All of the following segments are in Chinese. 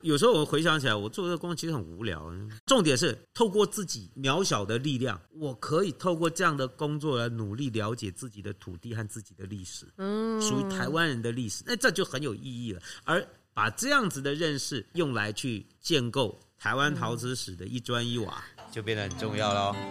有时候我回想起来，我做这个工作其实很无聊。重点是透过自己渺小的力量，我可以透过这样的工作来努力了解自己的土地和自己的历史，属于台湾人的历史，那这就很有意义了。而把这样子的认识用来去建构台湾陶瓷史的一砖一瓦，就变得很重要了。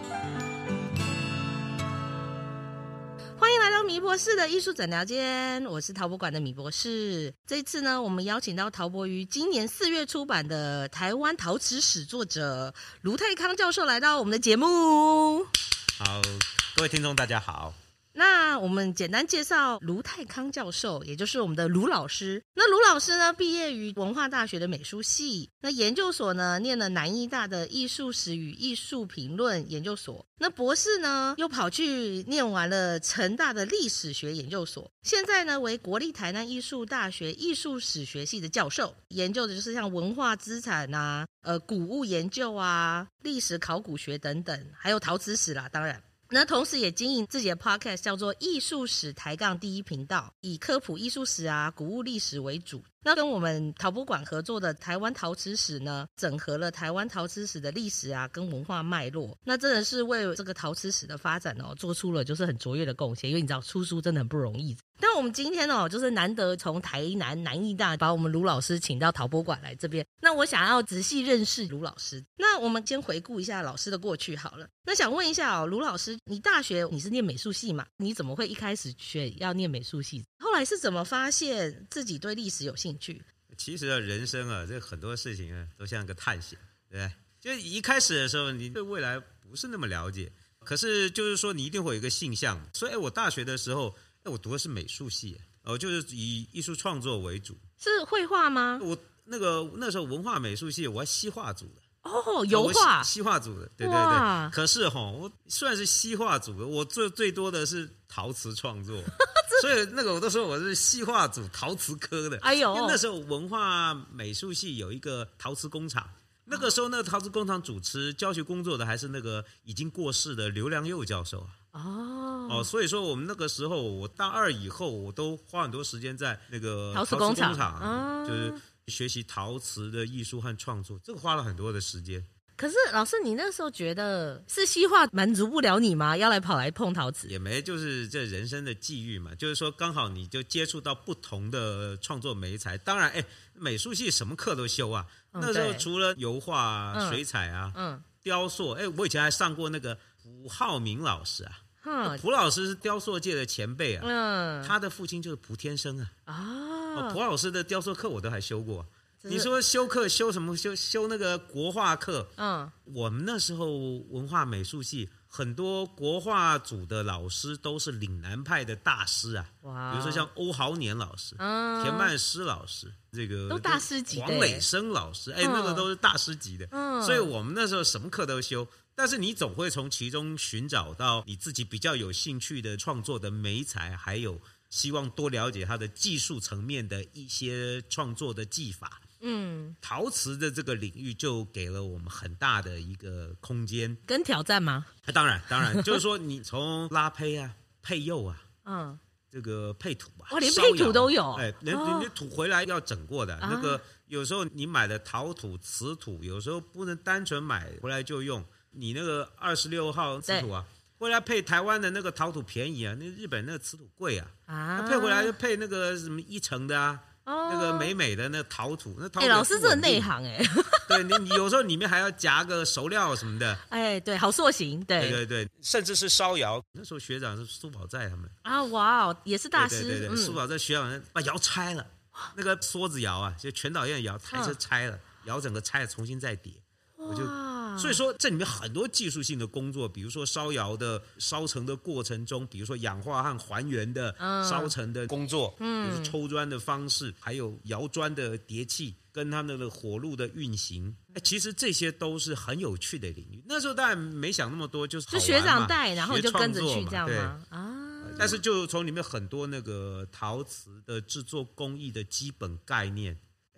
欢迎来到米博士的艺术诊疗间，我是陶博馆的米博士。这一次呢，我们邀请到陶博于今年4月出版的《台湾陶瓷史》作者卢泰康教授来到我们的节目。 好，各位听众大家好。 那我们简单介绍卢泰康教授，也就是我们的卢老师。那卢老师呢，毕业于文化大学的美术系，那研究所呢念了南艺大的艺术史与艺术评论研究所，那博士呢又跑去念完了成大的历史学研究所，现在呢为国立台南艺术大学艺术史学系的教授，研究的就是像文化资产啊、古物研究啊、历史考古学等等，还有陶瓷史啦，当然。那同时也经营自己的 podcast 叫做艺术史抬杠第一频道，以科普艺术史啊、古物历史为主。那跟我们陶博馆合作的台湾陶瓷史呢，整合了台湾陶瓷史的历史啊跟文化脉络，那真的是为这个陶瓷史的发展做出了就是很卓越的贡献。因为你知道出书真的很不容易。但我们今天就是难得从台南南艺大把我们卢老师请到陶博馆来这边，那我想要仔细认识卢老师。那我们先回顾一下老师的过去好了。那想问一下卢老师，你大学你是念美术系嘛？你怎么会一开始要念美术系？后来是怎么发现自己对历史有兴趣？ 其实人生啊，这很多事情啊，都像个探险，对不对？就一开始的时候，你对未来不是那么了解，可是就是说你一定会有一个性向。所以我大学的时候，我读的是美术系，就是以艺术创作为主。 是绘画吗？ 我那时候文化美术系，我还西画组的。 油画， 西画组的，对对对。可是我虽然是西画组的，我做最多的是陶瓷创作，所以我都说我是西画组陶瓷科的。哎呦，因为那时候文化美术系有一个陶瓷工厂，那个时候那个陶瓷工厂主持教学工作的还是那个已经过世的刘良佑教授啊。所以说我们那个时候，我大二以后，我都花很多时间在那个陶瓷工厂，就是学习陶瓷的艺术和创作，这个花了很多的时间。 可是老师，你那时候觉得是西画满足不了你吗？要跑来碰陶瓷？ 也没，就是这人生的际遇嘛，就是说刚好你就接触到不同的创作媒材。当然，美术系什么课都修啊。那时候除了油画啊、水彩啊、雕塑，我以前还上过那个蒲浩明老师啊。蒲老师是雕塑界的前辈啊，他的父亲就是蒲天生啊。蒲老师的雕塑课我都还修过。你说修课修什么？修那个国画课。我们那时候文化美术系很多国画组的老师都是岭南派的大师啊。比如说像欧豪年老师、田曼诗老师，这个都大师级的。 黄磊生老师，那个都是大师级的。所以我们那时候什么课都修。但是你总会从其中寻找到你自己比较有兴趣的创作的媒材，还有希望多了解它的技术层面的一些创作的技法。陶瓷的这个领域就给了我们很大的一个空间跟挑战吗？ 当然就是说你从拉胚啊、配釉啊，这个配土啊， 连配土都有。 你土回来要整过的。那个有时候你买的陶土、瓷土，有时候不能单纯买回来就用。你那个26号瓷土啊，回来配台湾的那个陶土便宜啊，那日本那个瓷土贵啊，配回来就配那个什么1层的啊，那个美的那陶土，那陶土老师这内行对，你有时候里面还要夹个熟料什么的， 对，好塑形， 对，甚至是烧窑。那时候学长是苏宝在他们也是大师， 对，苏宝在学长把窑拆了，那个梭子窑啊，就全导院窑台车拆了，窑整个拆了，重新再叠，所以说这里面很多技术性的工作，比如说烧窑的烧成的过程中，比如说氧化和还原的烧成的工作，比如说抽砖的方式，还有窑砖的叠砌跟它们的火路的运行，其实这些都是很有趣的领域。那时候当然没想那么多，就是好玩嘛， 就学长带，然后你就跟着去这样吗？ 但是就从里面很多那个陶瓷的制作工艺的基本概念，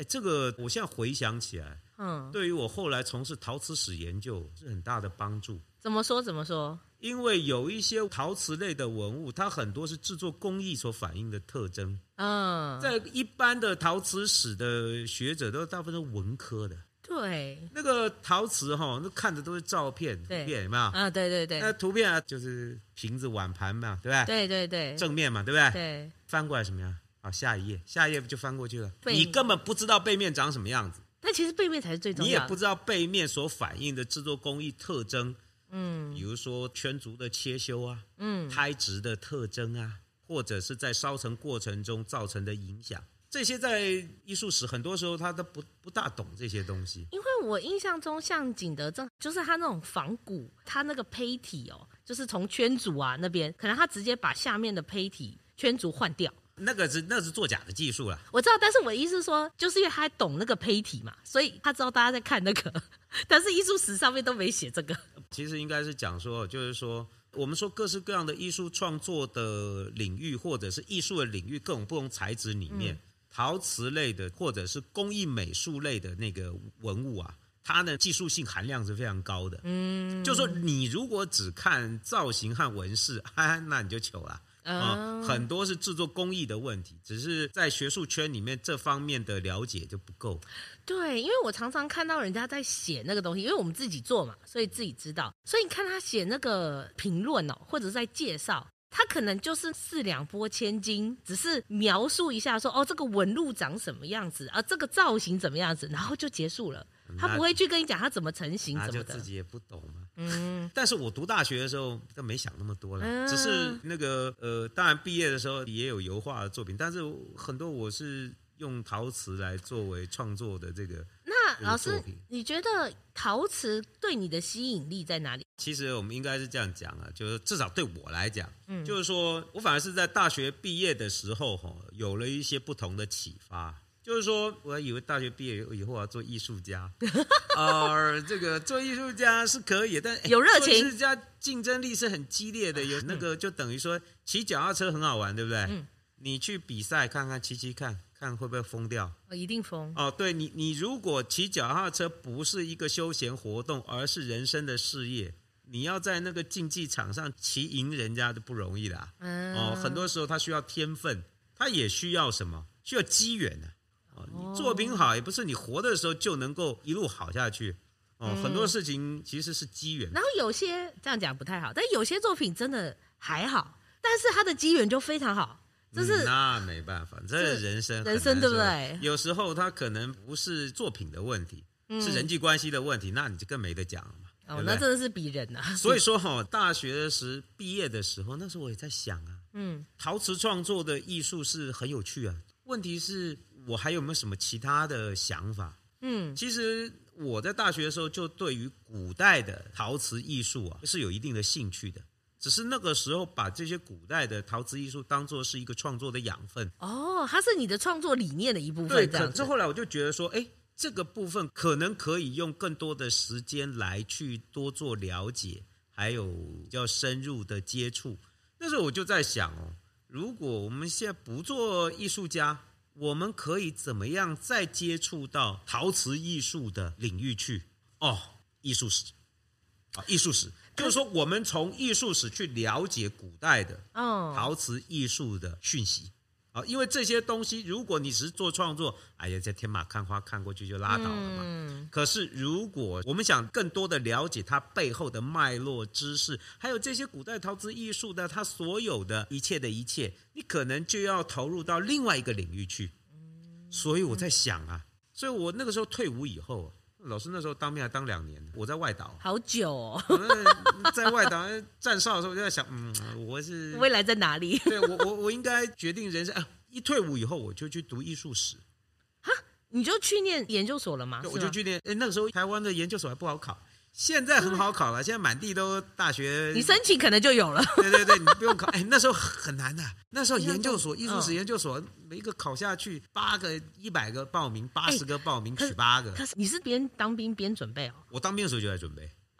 这个我现在回想起来，对于我后来从事陶瓷史研究是很大的帮助。 怎么说？ 因为有一些陶瓷类的文物，它很多是制作工艺所反映的特征。在一般的陶瓷史的学者都大部分都是文科的。 对， 那个陶瓷那看的都是照片、图片，有没有？ 对。 那图片啊，就是瓶子、碗盘嘛，对不对？对。 正面嘛，对不对？ 对。 翻过来什么样？下一页就翻过去了。你根本不知道背面长什么样子。 但其实背面才是最重要的。 你也不知道背面所反映的制作工艺特征。比如说圈足的切修啊，胎质的特征啊，或者是在烧成过程中造成的影响，这些在艺术史很多时候他都不大懂这些东西。 因为我印象中像景德镇，就是他那种仿古，他那个胚体就是从圈足啊那边，可能他直接把下面的胚体圈足换掉。 那是作假的技术啦， 我知道，但是我的意思是说，就是因为他懂那个胚体嘛，所以他知道大家在看那个，但是艺术史上面都没写这个。 其实应该是讲说，就是说，我们说各式各样的艺术创作的领域，或者是艺术的领域，各种不同材质里面，陶瓷类的或者是工艺美术类的那个文物啊，它的技术性含量是非常高的。就是说你如果只看造型和纹饰，那你就糗了。很多是制作工艺的问题，只是在学术圈里面这方面的了解就不够。 对，因为我常常看到人家在写那个东西，因为我们自己做嘛，所以自己知道。所以你看他写那个评论或者是在介绍，他可能就是四两拨千斤，只是描述一下说这个纹路长什么样子，这个造型怎么样子，然后就结束了。他不会去跟你讲他怎么成型，怎么的， 就自己也不懂嘛。但是我读大学的时候都没想那么多了，只是那个当然毕业的时候也有油画的作品，但是很多我是用陶瓷来作为创作的这个。 那老师，你觉得陶瓷对你的吸引力在哪里？ 其实我们应该是这样讲啊，就是至少对我来讲，就是说我反而是在大学毕业的时候有了一些不同的启发。就是说，我以为大学毕业以后要做艺术家，这个做艺术家是可以，但有热情，做艺术家竞争力是很激烈的。有那个就等于说，骑脚踏车很好玩，对不对？你去比赛看看，骑看会不会疯掉？ 一定疯。 对你如果骑脚踏车不是一个休闲活动，而是人生的事业，你要在那个竞技场上骑赢人家就不容易啦。很多时候他需要天分，他也需要什么？需要机缘啊。你作品好也不是你活的时候就能够一路好下去。很多事情其实是机缘。 然后有些这样讲不太好，但有些作品真的还好，但是他的机缘就非常好。 那没办法，这是人生， 对不对？ 有时候他可能不是作品的问题，是人际关系的问题，那你就更没得讲了嘛。 那真的是比人啊。 所以说大学时毕业的时候，那时候我也在想啊，陶瓷创作的艺术是很有趣啊。问题是我还有没有什么其他的想法？其实我在大学的时候就对于古代的陶瓷艺术啊是有一定的兴趣的，只是那个时候把这些古代的陶瓷艺术当作是一个创作的养分。 它是你的创作理念的一部分。对，可是后来我就觉得说，这个部分可能可以用更多的时间来去多做了解，还有比较深入的接触。那时候我就在想如果我们现在不做艺术家，我们可以怎么样再接触到陶瓷艺术的领域去？艺术史就是说我们从艺术史去了解古代的陶瓷艺术的讯息。因为这些东西如果你只是做创作，在天马看花看过去就拉倒了嘛。可是如果我们想更多的了解它背后的脉络知识，还有这些古代陶瓷艺术的它所有的一切，你可能就要投入到另外一个领域去。所以我在想所以我那个时候退伍以后，老师那时候当兵还当2年，我在外岛好久在外岛站哨的时候我就在想，我是未来在哪里？ 对，我应该决定人生一退伍以后我就去读艺术史。 你就去念研究所了吗？ 我就去念。那个时候台湾的研究所还不好考，现在很好考了，现在满地都大学， 你申请可能就有了。 对，你不用考。那时候很难的，那时候研究所艺术史研究所每一个考下去8个100个报名，80个报名取8个。 可是你是边当兵边准备我当兵的时候就在准备。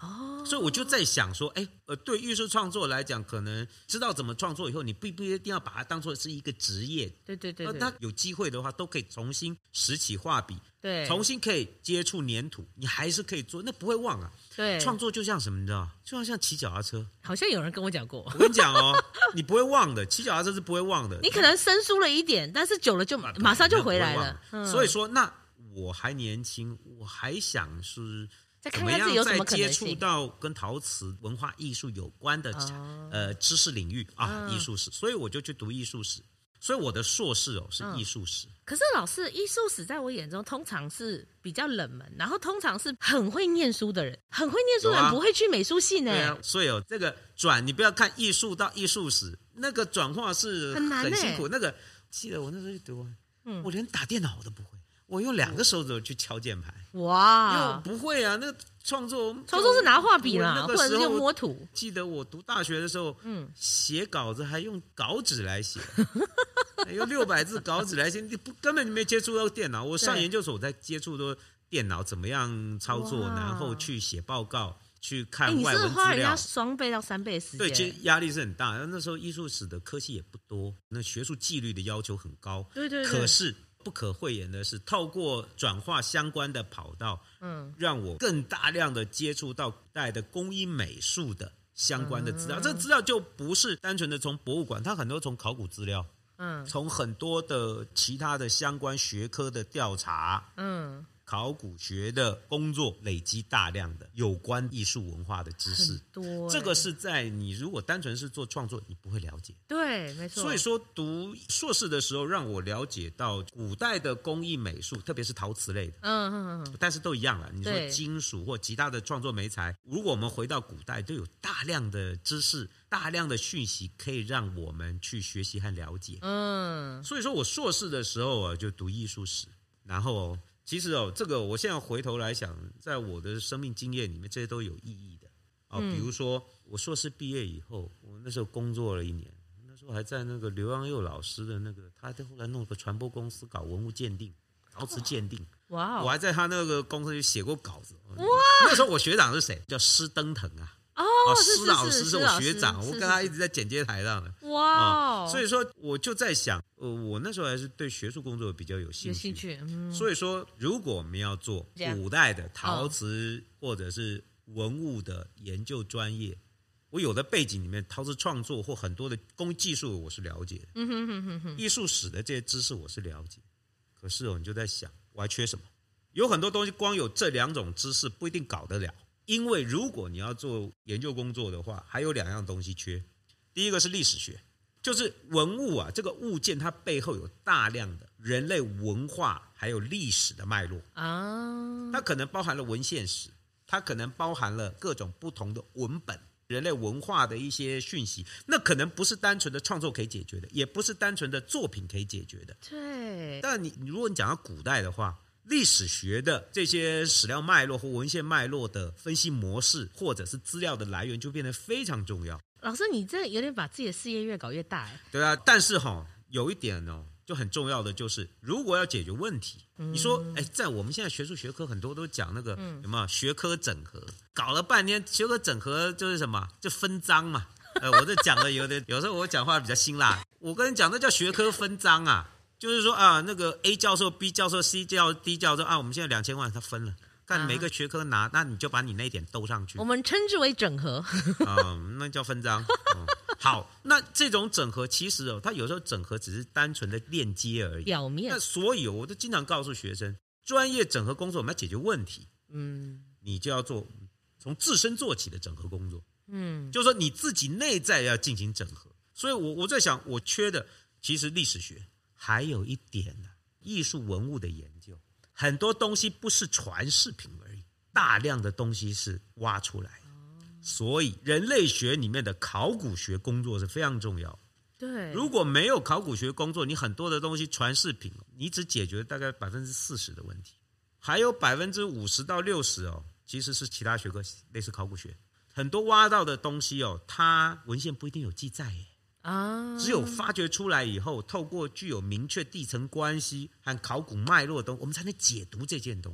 所以我就在想说，对艺术创作来讲，可能知道怎么创作以后，你不一定要把它当作是一个职业。 对， 他有机会的话，都可以重新拾起画笔， 对， 重新可以接触粘土，你还是可以做，那不会忘啊。 对， 创作就像什么，你知道？就像骑脚踏车， 好像有人跟我讲过。 我跟你讲哦，你不会忘的，骑脚踏车是不会忘的。 你可能生疏了一点，但是久了就马上就回来了。 所以说，那我还年轻，我还想是。 怎么样再接触到跟陶瓷文化艺术有关的知识领域啊，艺术史，所以我就去读艺术史。所以我的硕士是艺术史。 可是老师，艺术史在我眼中通常是比较冷门，然后通常是很会念书的人，很会念书的人不会去美术系呢。 对啊，所以这个转，你不要看艺术到艺术史，那个转化是很辛苦。那个记得我那时候去读，我连打电脑我都不会。我用2个手指去敲键盘， 哇！ 因为我不会啊，那个创作是拿画笔啦，或者是用摸土。 记得我读大学的时候，写稿子还用稿纸来写，用600字稿纸来写，根本就没接触到电脑。我上研究所才接触到电脑怎么样操作，然后去写报告，去看外文资料。 你是花人家2倍到3倍的时间。 对，其实压力是很大。那时候艺术史的科系也不多，那学术纪律的要求很高。 对， 可是不可讳言的是，透过转化相关的跑道，让我更大量的接触到古代的工艺美术的相关的资料。这个资料就不是单纯的从博物馆，它很多从考古资料，从很多的其他的相关学科的调查，考古学的工作累积大量的有关艺术文化的知识，这个是在你如果单纯是做创作，你不会了解。 对，没错。 所以说读硕士的时候，让我了解到古代的工艺美术，特别是陶瓷类的，但是都一样了。你说金属或其他的创作媒材，如果我们回到古代，都有大量的知识、大量的讯息，可以让我们去学习和了解。所以说我硕士的时候就读艺术史，然后。其实这个我现在回头来想，在我的生命经验里面，这些都有意义的。比如说我硕士毕业以后，我那时候工作了1年，那时候还在那个刘洋佑老师的那个，他后来弄个传播公司搞文物鉴定、陶瓷鉴定。哇！我还在他那个公司写过稿子。哇！那时候我学长是谁？叫施登腾啊。施老师是我学长，我跟他一直在剪接台上的。哇！所以说我就在想，我那时候还是对学术工作比较有兴趣。所以说，如果我们要做古代的陶瓷或者是文物的研究专业，我有的背景里面，陶瓷创作或很多的工艺技术我是了解的，艺术史的这些知识我是了解。可是你就在想，我还缺什么？有很多东西光有这2种知识不一定搞得了。因为如果你要做研究工作的话，还有2样东西缺。第一个是历史学，就是文物啊，这个物件它背后有大量的人类文化还有历史的脉络啊，它可能包含了文献史，它可能包含了各种不同的文本，人类文化的一些讯息，那可能不是单纯的创作可以解决的，也不是单纯的作品可以解决的。 对。 但如果你讲到古代的话，历史学的这些史料脉络或文献脉络的分析模式，或者是资料的来源，就变得非常重要。 老师，你这有点把自己的事业越搞越大。 对啊，但是有一点就很重要的就是，如果要解决问题，你说在我们现在学术学科很多都讲那个有没有学科整合，搞了半天学科整合就是什么，就分章嘛。我这讲的有时候我讲话比较辛辣，我跟你讲那叫学科分章啊。就是说那个 A 教授、B 教授、C 教授、D 教授我们现在2000万他分了，看每个学科拿，那你就把你那一点兜上去。 我们称之为整合那叫分章。好，那这种整合其实它有时候整合只是单纯的链接而已， 表面。 那所以我都经常告诉学生，专业整合工作我们要解决问题，你就要做从自身做起的整合工作，就是说你自己内在要进行整合。所以我在想，我缺的其实历史学。还有一点艺术文物的研究，很多东西不是传世品而已，大量的东西是挖出来。所以人类学里面的考古学工作是非常重要。 对， 如果没有考古学工作，你很多的东西传世品，你只解决大概40%的问题，还有50%到60%其实是其他学科，类似考古学，很多挖到的东西它文献不一定有记载耶。只有发掘出来以后，透过具有明确地层关系和考古脉络的东西，我们才能解读这件东西。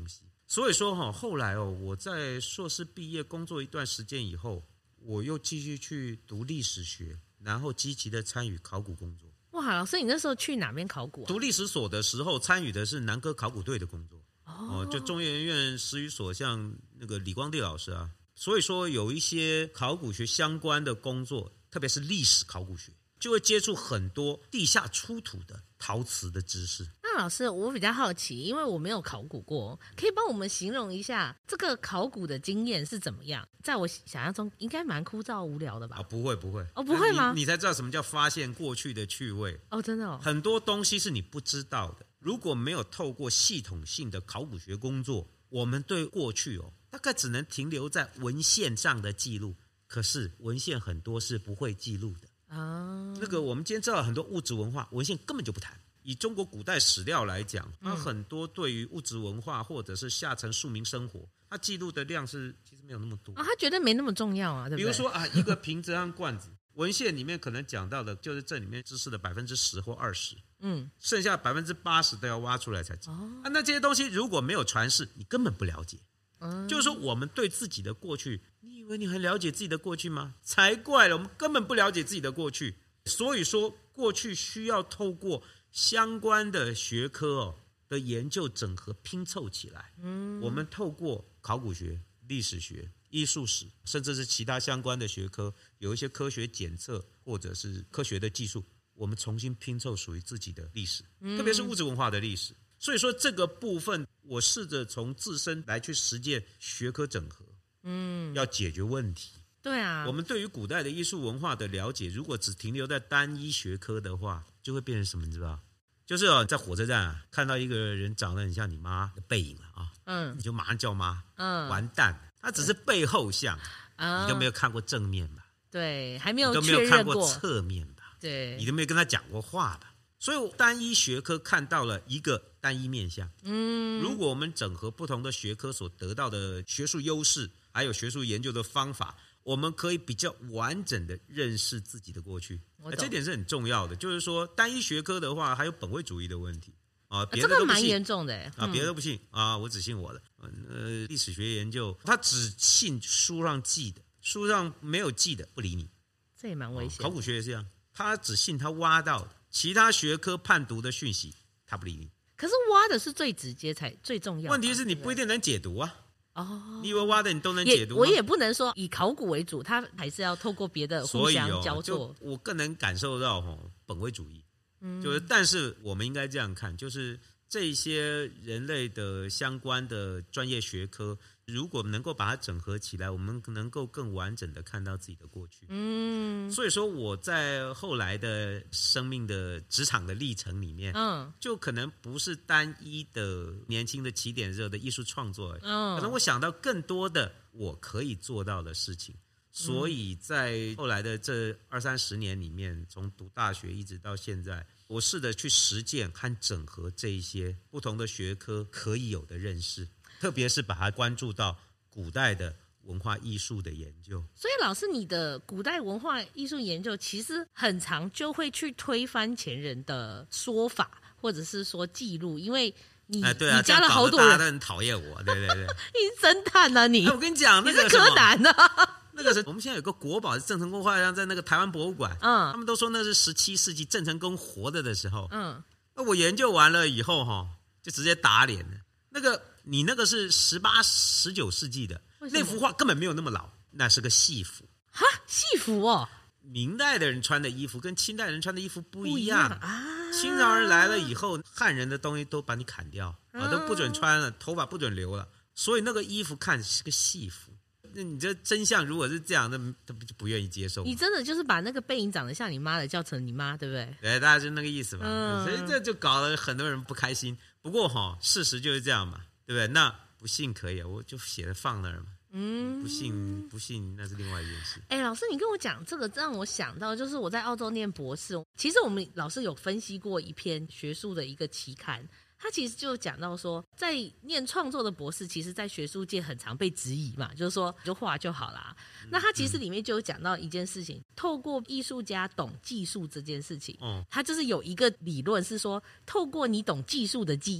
所以说后来我在硕士毕业工作一段时间以后，我又继续去读历史学，然后积极的参与考古工作。 哇，老师，你那时候去哪边考古啊？ 读历史所的时候，参与的是南科考古队的工作。就中研院史语所，像那个李光地老师啊，所以说有一些考古学相关的工作，特别是历史考古学，就会接触很多地下出土的陶瓷的知识。 那老师，我比较好奇，因为我没有考古过，可以帮我们形容一下这个考古的经验是怎么样？在我想象中，应该蛮枯燥无聊的吧？ 不会不会。 不会吗？ 你才知道什么叫发现过去的趣味。 真的很多东西是你不知道的。如果没有透过系统性的考古学工作，我们对过去大概只能停留在文献上的记录。可是文献很多是不会记录的。那个我们今天知道很多物质文化文献根本就不谈。以中国古代史料来讲，它很多对于物质文化或者是下层庶民生活，它记录的量是其实没有那么多。它觉得没那么重要啊，对不对？ 比如说一个瓶子和罐子，文献里面可能讲到的就是这里面知识的10%或20%，剩下80%都要挖出来才知道。那这些东西如果没有传世，你根本不了解。就是说我们对自己的过去，你以为你很了解自己的过去吗？才怪了，我们根本不了解自己的过去。所以说过去需要透过相关的学科的研究整合拼凑起来。我们透过考古学、历史学、艺术史，甚至是其他相关的学科，有一些科学检测或者是科学的技术，我们重新拼凑属于自己的历史，特别是物质文化的历史。所以说这个部分我试着从自身来去实践学科整合，要解决问题。 对啊， 我们对于古代的艺术文化的了解，如果只停留在单一学科的话，就会变成什么你知道？就是在火车站看到一个人长得很像你妈的背影了你就马上叫妈，完蛋，他只是背后像，你都没有看过正面吧？ 对，还没有确认过， 你都没有看过侧面吧？ 对， 你都没有跟他讲过话吧？所以单一学科看到了一个单一面向。如果我们整合不同的学科所得到的学术优势，还有学术研究的方法，我们可以比较完整的认识自己的过去。这点是很重要的。就是说单一学科的话，还有本位主义的问题别的都不信， 这个蛮严重的别的都不信我只信我的。历史学研究他只信书上记的，书上没有记的不理你， 这也蛮危险。 考古学也是这样，他只信他挖到的，其他学科判读的讯息他不理你。 可是挖的是最直接才最重要。 问题是你不一定能解读你以为挖的你都能解读吗？ 我也不能说以考古为主，他还是要透过别的互相交错。 我更能感受到本位主义。就是但是我们应该这样看，就是这些人类的相关的专业学科，如果能够把它整合起来，我们能够更完整的看到自己的过去。所以说我在后来的生命的职场的历程里面，就可能不是单一的年轻的起点热的艺术创作可能我想到更多的我可以做到的事情。所以在后来的这20-30年里面，从读大学一直到现在，我试着去实践和整合这一些不同的学科可以有的认识，特别是把它关注到古代的文化艺术的研究。 所以老师，你的古代文化艺术研究其实很常就会去推翻前人的说法，或者是说记录，因为你加了好多人， 大家都很讨厌我，对对对， 你是侦探啊你！ 我跟你讲， 你是柯南啊。 那个是我们现在有个国宝，是郑成功画像，在那个台湾博物馆。他们都说那是17世纪郑成功活着的时候。那我研究完了以后就直接打脸了。你那个是18、19世纪的，那幅画根本没有那么老，那是个戏服。 哈，戏服明代的人穿的衣服跟清代人穿的衣服不一样清朝人来了以后，汉人的东西都把你砍掉都不准穿了，头发不准留了，所以那个衣服看是个戏服。那你这真相如果是这样，那他就不愿意接受。 你真的就是把那个背影长得像你妈的叫成你妈，对不对？ 对，大概就那个意思吧。所以这就搞得很多人不开心。不过事实就是这样嘛，对不对？那不信可以我就写了放那儿嘛。不信那是另外一件事。 老师，你跟我讲这个让我想到，就是我在澳洲念博士，其实我们老师有分析过一篇学术的一个期刊，他其实就讲到说，在念创作的博士，其实在学术界很常被质疑嘛，就是说就画就好啦。那他其实里面就有讲到一件事情，透过艺术家懂技术这件事情，他就是有一个理论是说，透过你懂技术的记忆，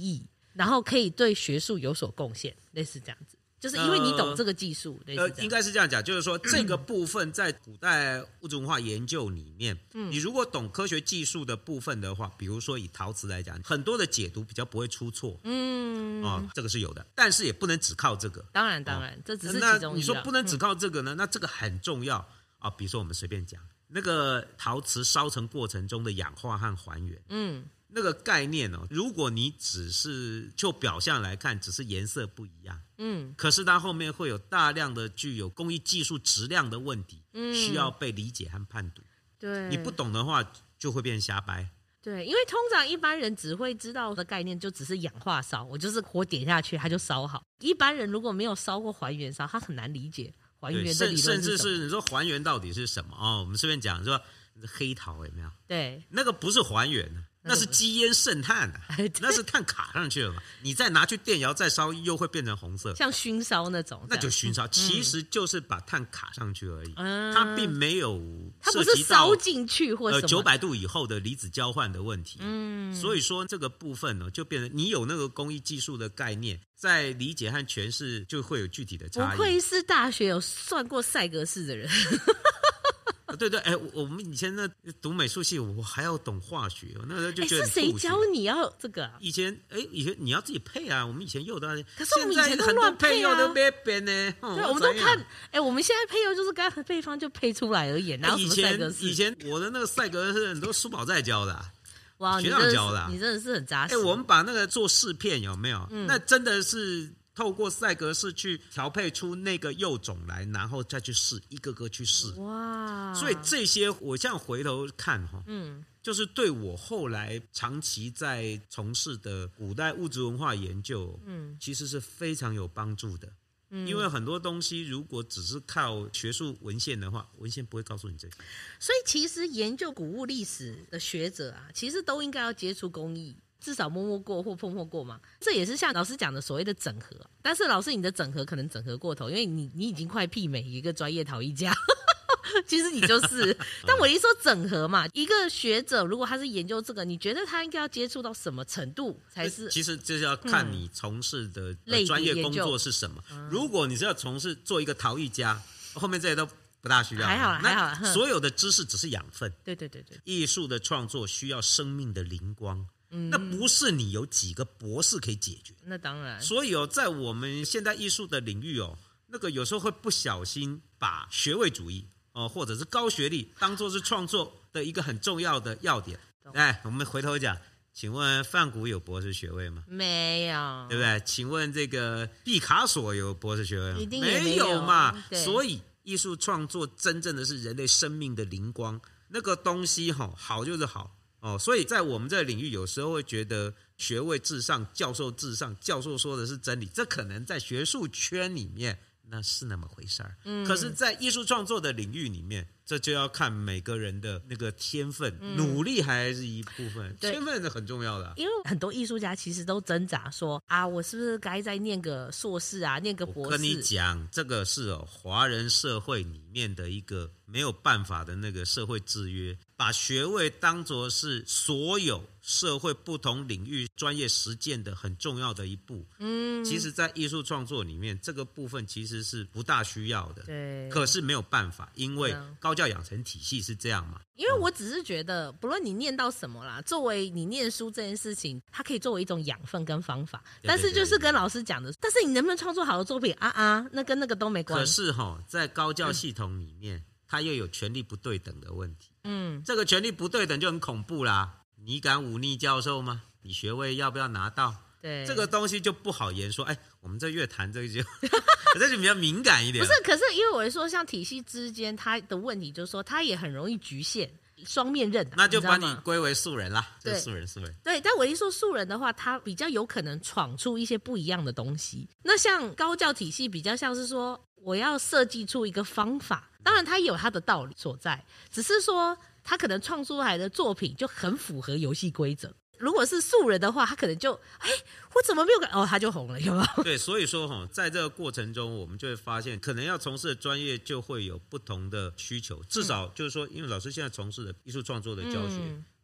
然后可以对学术有所贡献，类似这样子。就是因为你懂这个技术， 应该是这样讲，就是说这个部分在古代物质文化研究里面，你如果懂科学技术的部分的话，比如说以陶瓷来讲，很多的解读比较不会出错，这个是有的，但是也不能只靠这个。 当然，这只是其中一个。 那你说不能只靠这个呢？那这个很重要啊。比如说我们随便讲那个陶瓷烧成过程中的氧化和还原，那个概念如果你只是就表象来看，只是颜色不一样，可是它后面会有大量的具有工艺技术质量的问题，需要被理解和判读。 对， 你不懂的话，就会变瞎掰。 对，因为通常一般人只会知道的概念就只是氧化烧，我就是火点下去它就烧好。一般人如果没有烧过还原烧，他很难理解还原的理论是什么， 甚至是你说还原到底是什么我们随便讲说黑陶有没有？ 对， 那个不是还原，那是积烟渗碳那是碳卡上去了嘛？你再拿去电窑再烧，又会变成红色， 像熏烧那种， 那就熏烧，其实就是把碳卡上去而已，它并没有它不是烧进去或什么 900度以后的离子交换的问题。所以说这个部分就变成你有那个工艺技术的概念，在理解和诠释就会有具体的差异。 不愧是大学有算过赛格式的人。 对对，我们以前读美术系，我还要懂化学，那时候就觉得是谁教你要这个以前你要自己配啊，我们以前用的， 可是我们以前都很多配啊， 用都没变呢。 对，我们都看，我们现在配用就是刚才配方就配出来而已，哪有什么赛格式？ 以前我的那个赛格是很多苏宝在教的， 哇， 学长教的， 你真的是很扎实。 我们把那个做试片有没有？那真的是透过赛格式去调配出那个釉种来，然后再去试，一个个去试。 哇！ 所以这些我这样回头看就是对我后来长期在从事的古代物质文化研究，其实是非常有帮助的。因为很多东西如果只是靠学术文献的话，文献不会告诉你这个。 所以其实研究古物历史的学者其实都应该要接触工艺。至少摸过或碰过嘛，这也是像老师讲的所谓的整合。但是老师你的整合可能整合过头，因为你已经快媲美一个专业陶艺家其实你就是但我一说整合嘛，一个学者如果他是研究这个，你觉得他应该要接触到什么程度才是？ 其实这要看你从事的专业工作是什么。如果你是要从事做一个陶艺家，后面这些都不大需要， 还好所有的知识只是养分。 对， 艺术的创作需要生命的灵光，那不是你有几个博士可以解决。 那当然。 所以在我们现代艺术的领域那个有时候会不小心把学位主义或者是高学历当作是创作的一个很重要的要点。我们回头讲，请问梵谷有博士学位吗？ 没有， 对不对？请问这个毕卡索有博士学位吗？ 一定也没有嘛。所以艺术创作真正的是人类生命的灵光，那个东西好就是好。所以在我们这个领域，有时候会觉得学位至上，教授至上，教授说的是真理，这可能在学术圈里面那是那么回事儿。可是在艺术创作的领域里面，这就要看每个人的那个天分，努力还是一部分，天分是很重要的。 因为很多艺术家其实都挣扎说我是不是该再念个硕士念个博士。 我跟你讲，这个是华人社会里面的一个没有办法的那个社会制约，把学位当作是所有社会不同领域专业实践的很重要的一步。其实在艺术创作里面，这个部分其实是不大需要的。 对， 可是没有办法，因为高教养成体系是这样嘛。 因为我只是觉得不论你念到什么啦，作为你念书这件事情，它可以作为一种养分跟方法。但是就是跟老师讲的，但是你能不能创作好的作品那跟那个都没关系。 可是在高教系统里面，它又有权力不对等的问题。这个权力不对等就很恐怖啦。你敢忤逆教授吗？你学位要不要拿到？ 对， 这个东西就不好言说。我们这乐坛这个就这就比较敏感一点。 不是，可是因为我是说，像体系之间，它的问题就是说，它也很容易局限双面刃。 那就把你归为素人啦。 对， 素人。 对，但我一说素人的话，他比较有可能闯出一些不一样的东西。那像高教体系比较像是说，我要设计出一个方法，当然它有它的道理所在，只是说他可能创出来的作品就很符合游戏规则。如果是素人的话，他可能就我怎么没有他就红了，有没有？ 对，所以说在这个过程中，我们就会发现，可能要从事的专业就会有不同的需求。至少就是说，因为老师现在从事的艺术创作的教学，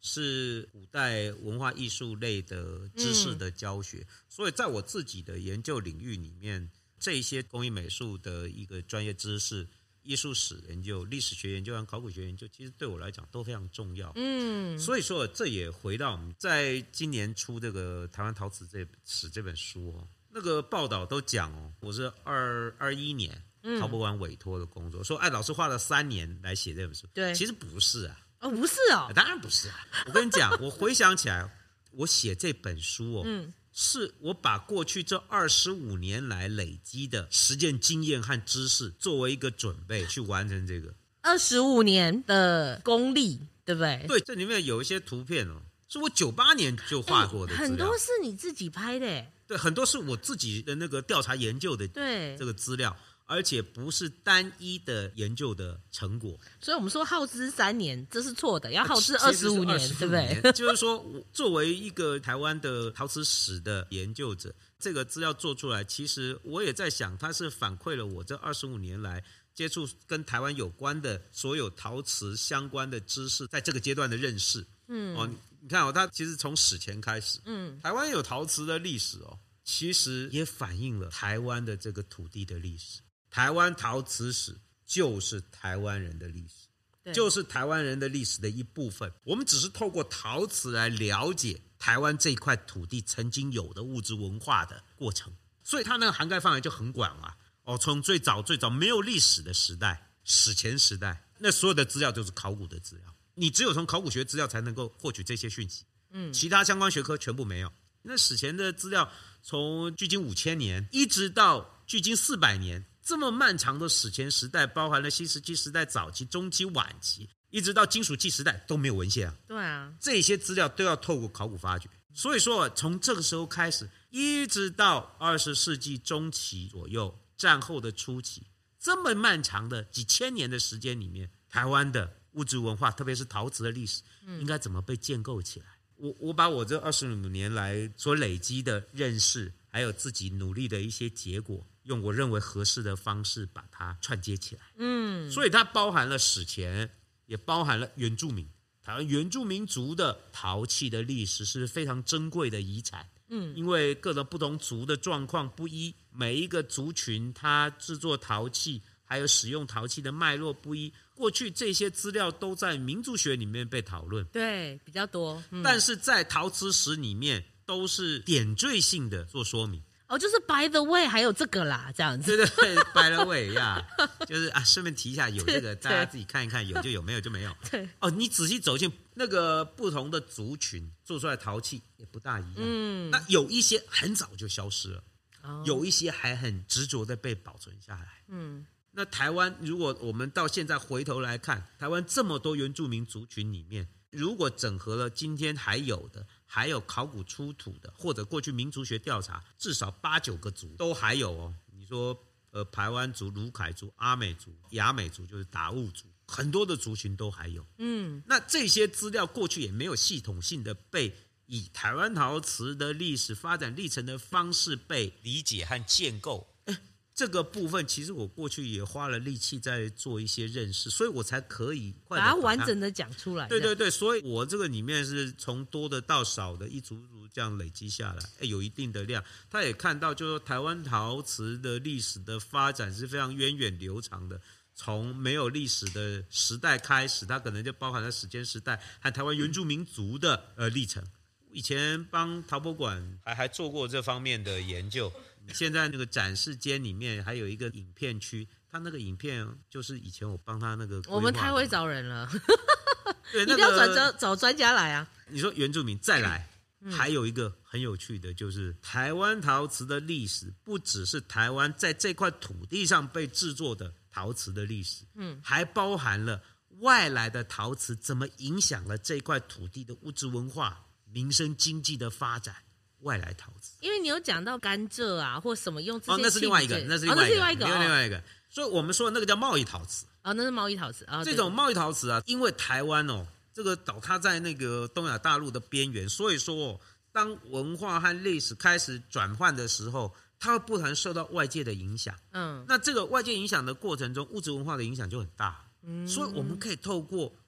是古代文化艺术类的知识的教学，所以在我自己的研究领域里面，这一些工艺美术的一个专业知识、艺术史研究、历史学研究和考古学研究，其实对我来讲都非常重要。所以说这也回到我们在今年出这个《台湾陶瓷史》这本书那个报道都讲我是2021年陶博馆委托的工作，说老师花了3年来写这本书，对，其实不是啊。 不是当然不是啊！我跟你讲，我回想起来，我写这本书是我把过去这25年来累积的实践经验和知识作为一个准备去完成这个 25年的功力，对不对？ 对，这里面有一些图片是我98年就画过的资料， 很多是你自己拍的对，很多是我自己的那个调查研究的这个资料。而且不是单一的研究的成果， 所以我们说耗资3年，这是错的，要耗资25年，对不对？ 就是说，作为一个台湾的陶瓷史的研究者，这个资料做出来，其实我也在想，它是反馈了我这25年来接触跟台湾有关的所有陶瓷相关的知识，在这个阶段的认识。你看它其实从史前开始，台湾有陶瓷的历史其实也反映了台湾的这个土地的历史。台湾陶瓷史就是台湾人的历史，就是台湾人的历史的一部分。我们只是透过陶瓷来了解台湾这一块土地曾经有的物质文化的过程，所以它那个涵盖范围就很广从最早没有历史的时代，史前时代，那所有的资料都是考古的资料，你只有从考古学资料才能够获取这些讯息，其他相关学科全部没有。那史前的资料从距今5000年一直到距今400年。这么漫长的史前时代，包含了新石器时代早期、中期、晚期，一直到金属器时代都没有文献对啊， 这些资料都要透过考古发掘。所以说，从这个时候开始，一直到20世纪中期左右，战后的初期，这么漫长的几千年的时间里面，台湾的物质文化，特别是陶瓷的历史，应该怎么被建构起来？我把我这25年来所累积的认识，还有自己努力的一些结果，用我认为合适的方式把它串接起来。所以它包含了史前，也包含了原住民。台湾原住民族的陶器的历史是非常珍贵的遗产。因为各个不同族的状况不一，每一个族群它制作陶器还有使用陶器的脉络不一，过去这些资料都在民族学里面被讨论， 对，比较多。 但是在陶瓷史里面都是点缀性的做说明。 就是 by the way 还有这个啦，这样子。 对 by the way 就是顺便提一下，有这个大家自己看一看，有就有，没有就没有。 对你仔细走进那个不同的族群做出来的陶器也不大一样。那有一些很早就消失了，有一些还很执着的被保存下来。那台湾如果我们到现在回头来看，台湾这么多原住民族群里面，如果整合了今天还有的，还有考古出土的，或者过去民族学调查，至少8、9个族都还有你说排湾族、鲁凯族、阿美族、雅美族，就是达悟族，很多的族群都还有。那这些资料过去也没有系统性的被以台湾陶瓷的历史发展历程的方式被理解和建构。这个部分其实我过去也花了力气在做一些认识，所以我才可以快把它完整的讲出来。 对，所以我这个里面是从多的到少的一组组这样累积下来，有一定的量。他也看到就是说台湾陶瓷的历史的发展是非常源远流长的，从没有历史的时代开始，它可能就包含了史前时代和台湾原住民族的历程。以前帮陶博馆还做过这方面的研究。现在那个展示间里面还有一个影片区，他那个影片就是以前我帮他那个规划的。 我们太会找人了。 对， 一定要找专家来啊。 你说原住民再来，还有一个很有趣的，就是台湾陶瓷的历史，不只是台湾在这块土地上被制作的陶瓷的历史，还包含了外来的陶瓷怎么影响了这块土地的物质文化、民生经济的发展。外来陶瓷， 因为你有讲到甘蔗啊，或什么用这些那是另外一个，那是另外一个。所以我们说那个叫贸易陶瓷那是贸易陶瓷这种贸易陶瓷因为台湾这个岛它在那个东亚大陆的边缘，所以说当文化和历史开始转换的时候，它会不然受到外界的影响。那这个外界影响的过程中，物质文化的影响就很大。所以我们可以透过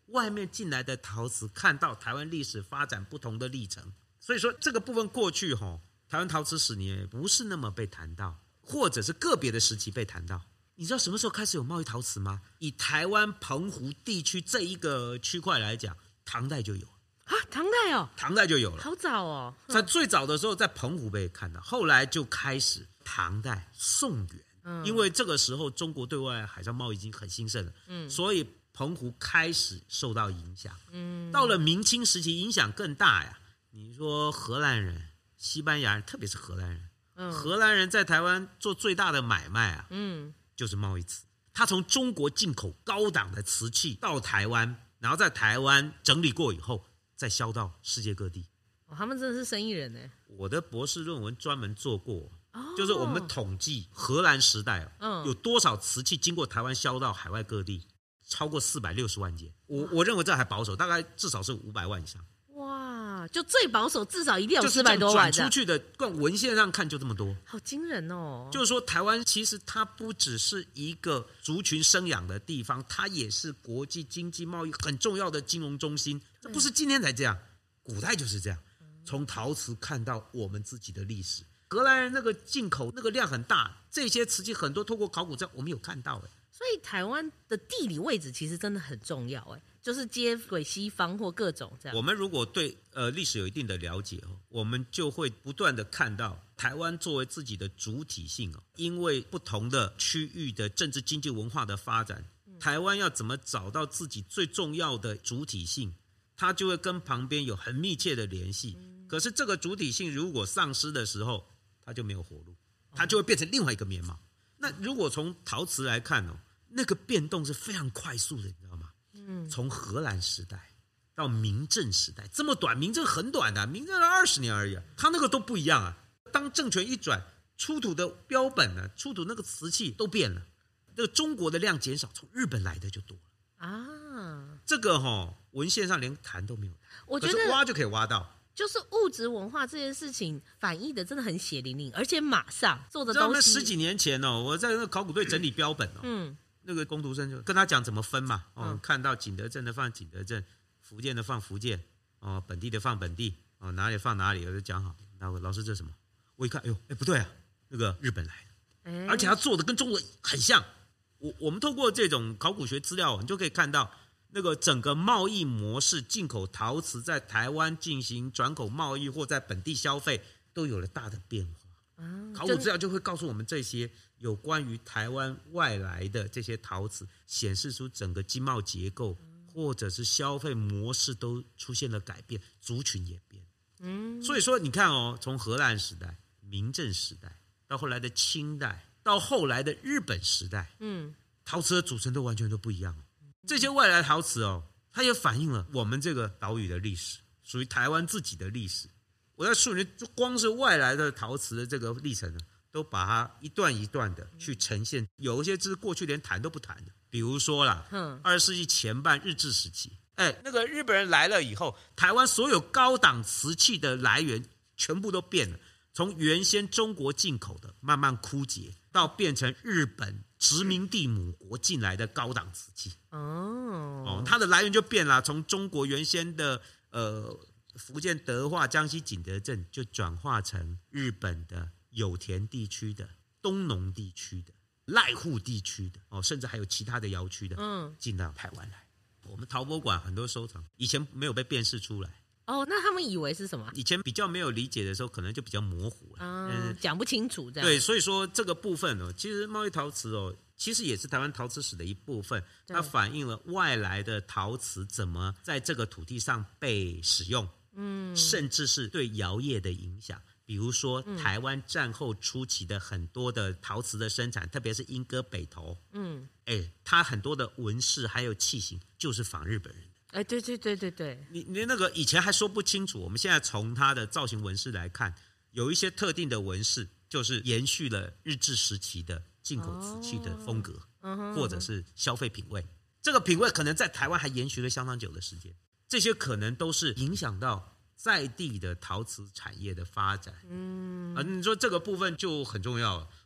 外面进来的陶瓷看到台湾历史发展不同的历程。所以说这个部分过去台湾陶瓷史也不是那么被谈到，或者是个别的时期被谈到。你知道什么时候开始有贸易陶瓷吗？以台湾澎湖地区这一个区块来讲，唐代就有啊，唐代哦， 唐代就有了， 好早哦。 在最早的时候在澎湖被看到，后来就开始唐代、宋元，因为这个时候中国对外海上贸易已经很兴盛了，所以澎湖开始受到影响。到了明清时期，影响更大呀。你说荷兰人、西班牙人，特别是荷兰人，荷兰人在台湾做最大的买卖啊，就是贸易瓷。他从中国进口高档的瓷器到台湾，然后在台湾整理过以后，再销到世界各地。 他们真的是生意人呢。 我的博士论文专门做过，就是我们统计荷兰时代有多少瓷器经过台湾销到海外各地，超过460万件。我认为这还保守，大概至少是500万以上。 哇，就最保守至少一定有400多万。 转出去的，文献上看就这么多， 好惊人哦！ 就是说，台湾其实它不只是一个族群生养的地方，它也是国际经济贸易很重要的金融中心。这不是今天才这样，古代就是这样。从陶瓷看到我们自己的历史，荷兰人那个进口那个量很大，这些瓷器很多透过考古证我们有看到。 所以台湾的地理位置其实真的很重要，就是接轨西方或各种这样。 我们如果对历史有一定的了解，我们就会不断的看到台湾作为自己的主体性，因为不同的区域的政治经济文化的发展，台湾要怎么找到自己最重要的主体性，它就会跟旁边有很密切的联系。可是这个主体性如果丧失的时候，它就没有活路，它就会变成另外一个面貌。那如果从陶瓷来看那个变动是非常快速的，你知道吗？从荷兰时代到明郑时代这么短，明郑很短的，明郑20年而已，它那个都不一样啊。当政权一转，出土的标本呢，出土那个瓷器都变了，那个中国的量减少，从日本来的就多了啊。这个文献上连谈都没有，我觉得可是挖就可以挖到。 就是物质文化这件事情反映的真的很血淋淋，而且马上做的东西。 10几年前我在那个考古队整理标本那个工读生就跟他讲怎么分嘛，看到景德镇的放景德镇，福建的放福建，本地的放本地，哪里放哪里，我就讲好。然后老师这是什么？我一看，不对啊，那个日本来的，而且他做的跟中国很像。我们透过这种考古学资料，你就可以看到那个整个贸易模式，进口陶瓷在台湾进行转口贸易或在本地消费，都有了大的变化。考古资料就会告诉我们这些有关于台湾外来的这些陶瓷，显示出整个经贸结构或者是消费模式都出现了改变，族群也变。所以说你看从荷兰时代、明郑时代到后来的清代，到后来的日本时代，陶瓷的组成都完全都不一样。这些外来陶瓷它也反映了我们这个岛屿的历史，属于台湾自己的历史。我在书里面就光是外来的陶瓷的这个历程都把它一段一段的去呈现。有一些就是过去连谈都不谈的，比如说啦，20世纪前半日治时期，那个日本人来了以后，台湾所有高档瓷器的来源全部都变了，从原先中国进口的慢慢枯竭，到变成日本殖民地母国进来的高档瓷器。它的来源就变了，从中国原先的福建德化、江西景德镇，就转化成日本的有田地区的、东农地区的、濑户地区的，甚至还有其他的窑区的，进到台湾来。我们陶博馆很多收藏以前没有被辨识出来。 那他们以为是什么？ 以前比较没有理解的时候，可能就比较模糊了， 讲不清楚这样。 对，所以说这个部分其实贸易陶瓷其实也是台湾陶瓷史的一部分，它反映了外来的陶瓷怎么在这个土地上被使用，甚至是对窑业的影响。比如说台湾战后初期的很多的陶瓷的生产，特别是莺歌北投，它很多的纹饰还有器型就是仿日本人的。 对， 你那个以前还说不清楚，我们现在从它的造型纹饰来看，有一些特定的纹饰就是延续了日治时期的进口瓷器的风格，或者是消费品味。这个品味可能在台湾还延续了相当久的时间，这些可能都是影响到在地的陶瓷产业的发展。你说这个部分就很重要了。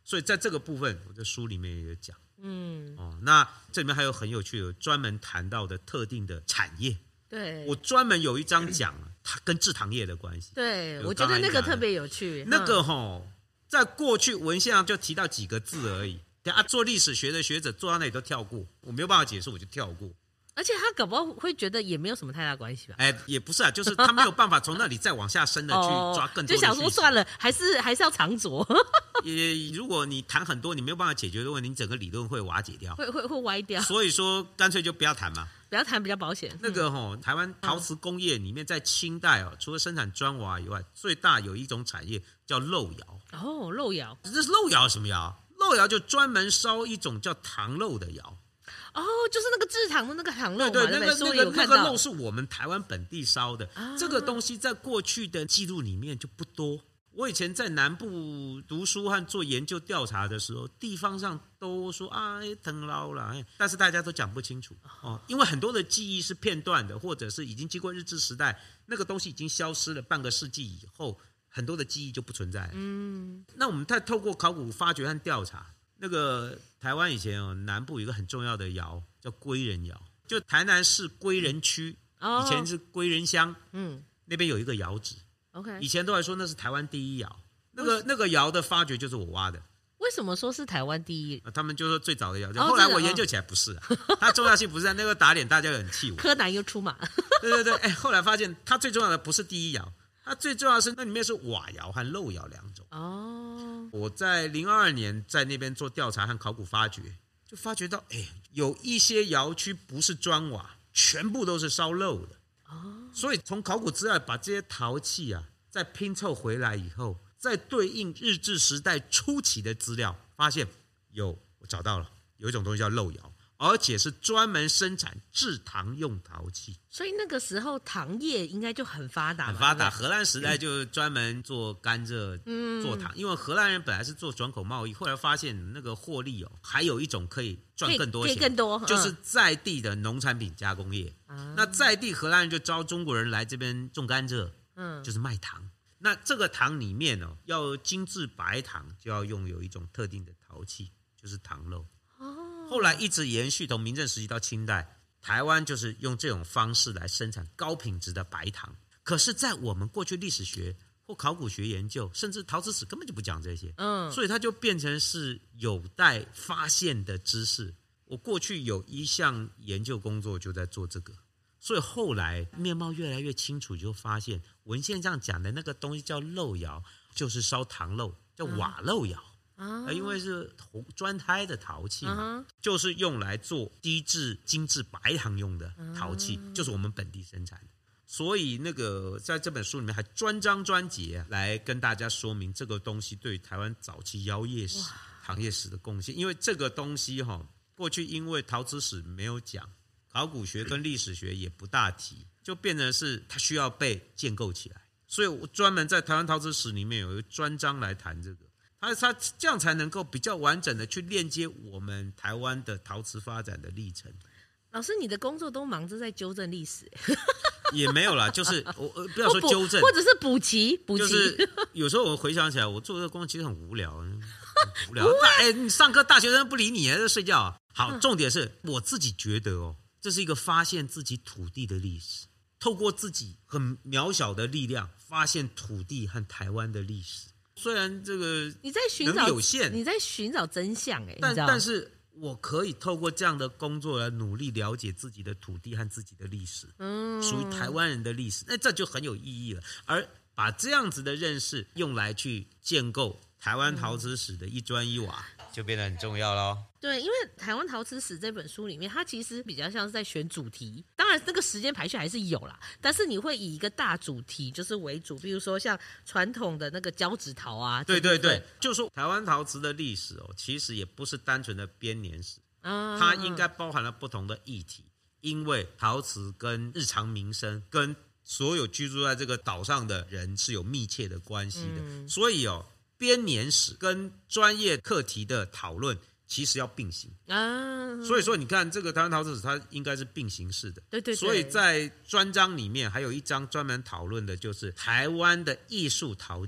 所以在这个部分，我在书里面也有讲。那这里面还有很有趣，有专门谈到的特定的产业。 对， 我专门有一章讲它跟制糖业的关系。 对，我觉得那个特别有趣。 那个在过去文献上就提到几个字而已。做历史学的学者做到那里都跳过，我没有办法解释，我就跳过。 而且他搞不好会觉得也没有什么太大关系吧？ 也不是啊，就是他没有办法从那里再往下深的去抓更多的就想说算了，还是要藏拙。 如果你谈很多你没有办法解决的问题，你整个理论会瓦解掉， 会歪掉。 所以说干脆就不要谈嘛， 不要谈比较保险。 那个台湾陶瓷工业里面，在清代除了生产砖瓦以外，最大有一种产业叫漏窑。 漏窑， 这是漏窑什么窑？漏窑就专门烧一种叫糖漏的窑。 就是那个制糖的那个糖漏嘛。 对， 那个漏是我们台湾本地烧的。这个东西在过去的记录里面就不多。我以前在南部读书和做研究调查的时候，地方上都说藤捞了，但是大家都讲不清楚因为很多的记忆是片段的，或者是已经经过日治时代，那个东西已经消失了半个世纪以后，很多的记忆就不存在了。那我们再透过考古发掘和调查，那个台湾以前南部有一个很重要的窑叫归仁窑，就台南市归仁区，以前是归仁乡，那边有一个窑址。以前都来说那是台湾第一窑，那个窑的发掘就是我挖的。 为什么说是台湾第一？ 他们就说最早的窑，后来我研究起来不是它重要性不是在那个打脸，大家很气我。 柯南又出马。 对，后来发现它最重要的不是第一窑，它最重要的是那里面是瓦窑和漏窑两种。我在2022年在那边做调查和考古发掘，就发觉到有一些窑区不是砖瓦，全部都是烧漏的。所以从考古资料把这些陶器再拼凑回来以后，再对应日治时代初期的资料，发现我找到了有一种东西叫漏窑，而且是专门生产制糖用陶器。 所以那个时候糖业应该就很发达， 很发达。荷兰时代就专门做甘蔗、做糖，因为荷兰人本来是做转口贸易，后来发现那个获利还有一种可以赚更多钱， 更多， 就是在地的农产品加工业。那在地荷兰人就招中国人来这边种甘蔗，就是卖糖。那这个糖里面要精致白糖，就要用有一种特定的陶器，就是糖漏。后来一直延续从明郑时期到清代，台湾就是用这种方式来生产高品质的白糖。可是在我们过去历史学或考古学研究，甚至陶瓷史根本就不讲这些，所以它就变成是有待发现的知识。我过去有一项研究工作就在做这个，所以后来面貌越来越清楚，就发现文献上讲的那个东西叫漏窑，就是烧糖漏，叫瓦漏窑。因为是砖胎的陶器嘛，就是用来做低质精致白糖用的陶器，就是我们本地生产的。所以那个在这本书里面还专章专节来跟大家说明这个东西对台湾早期窑业史、糖业史的贡献。因为这个东西过去因为陶瓷史没有讲，考古学跟历史学也不大提，就变成是它需要被建构起来。所以我专门在台湾陶瓷史里面有一个专章来谈这个。它这样才能够比较完整的去链接我们台湾的陶瓷发展的历程。 老师，你的工作都忙着在纠正历史？ 也没有啦，就是我不要说纠正， 或者是补齐。 就是有时候我回想起来，我做这个工作其实很无聊，无聊。你上课大学生不理你，还在睡觉。好，重点是我自己觉得这是一个发现自己土地的历史，透过自己很渺小的力量，发现土地和台湾的历史。虽然这个你在寻找有限，你在寻找真相但是我可以透过这样的工作来努力了解自己的土地和自己的历史，属于台湾人的历史，那这就很有意义了。而把这样子的认识用来去建构台湾陶瓷史的一砖一瓦，就变得很重要咯。 对，因为《台湾陶瓷史》这本书里面，它其实比较像是在选主题，当然这个时间排序还是有啦，但是你会以一个大主题就是为主，比如说像传统的那个交趾陶啊。 对，就是说台湾陶瓷的历史其实也不是单纯的编年史，它应该包含了不同的议题，因为陶瓷跟日常民生跟所有居住在这个岛上的人是有密切的关系的，所以编年史跟专业课题的讨论其实要并行所以说你看这个台湾陶瓷史它应该是并行式的。 对， 所以在专章里面还有一章专门讨论的就是台湾的艺术陶器，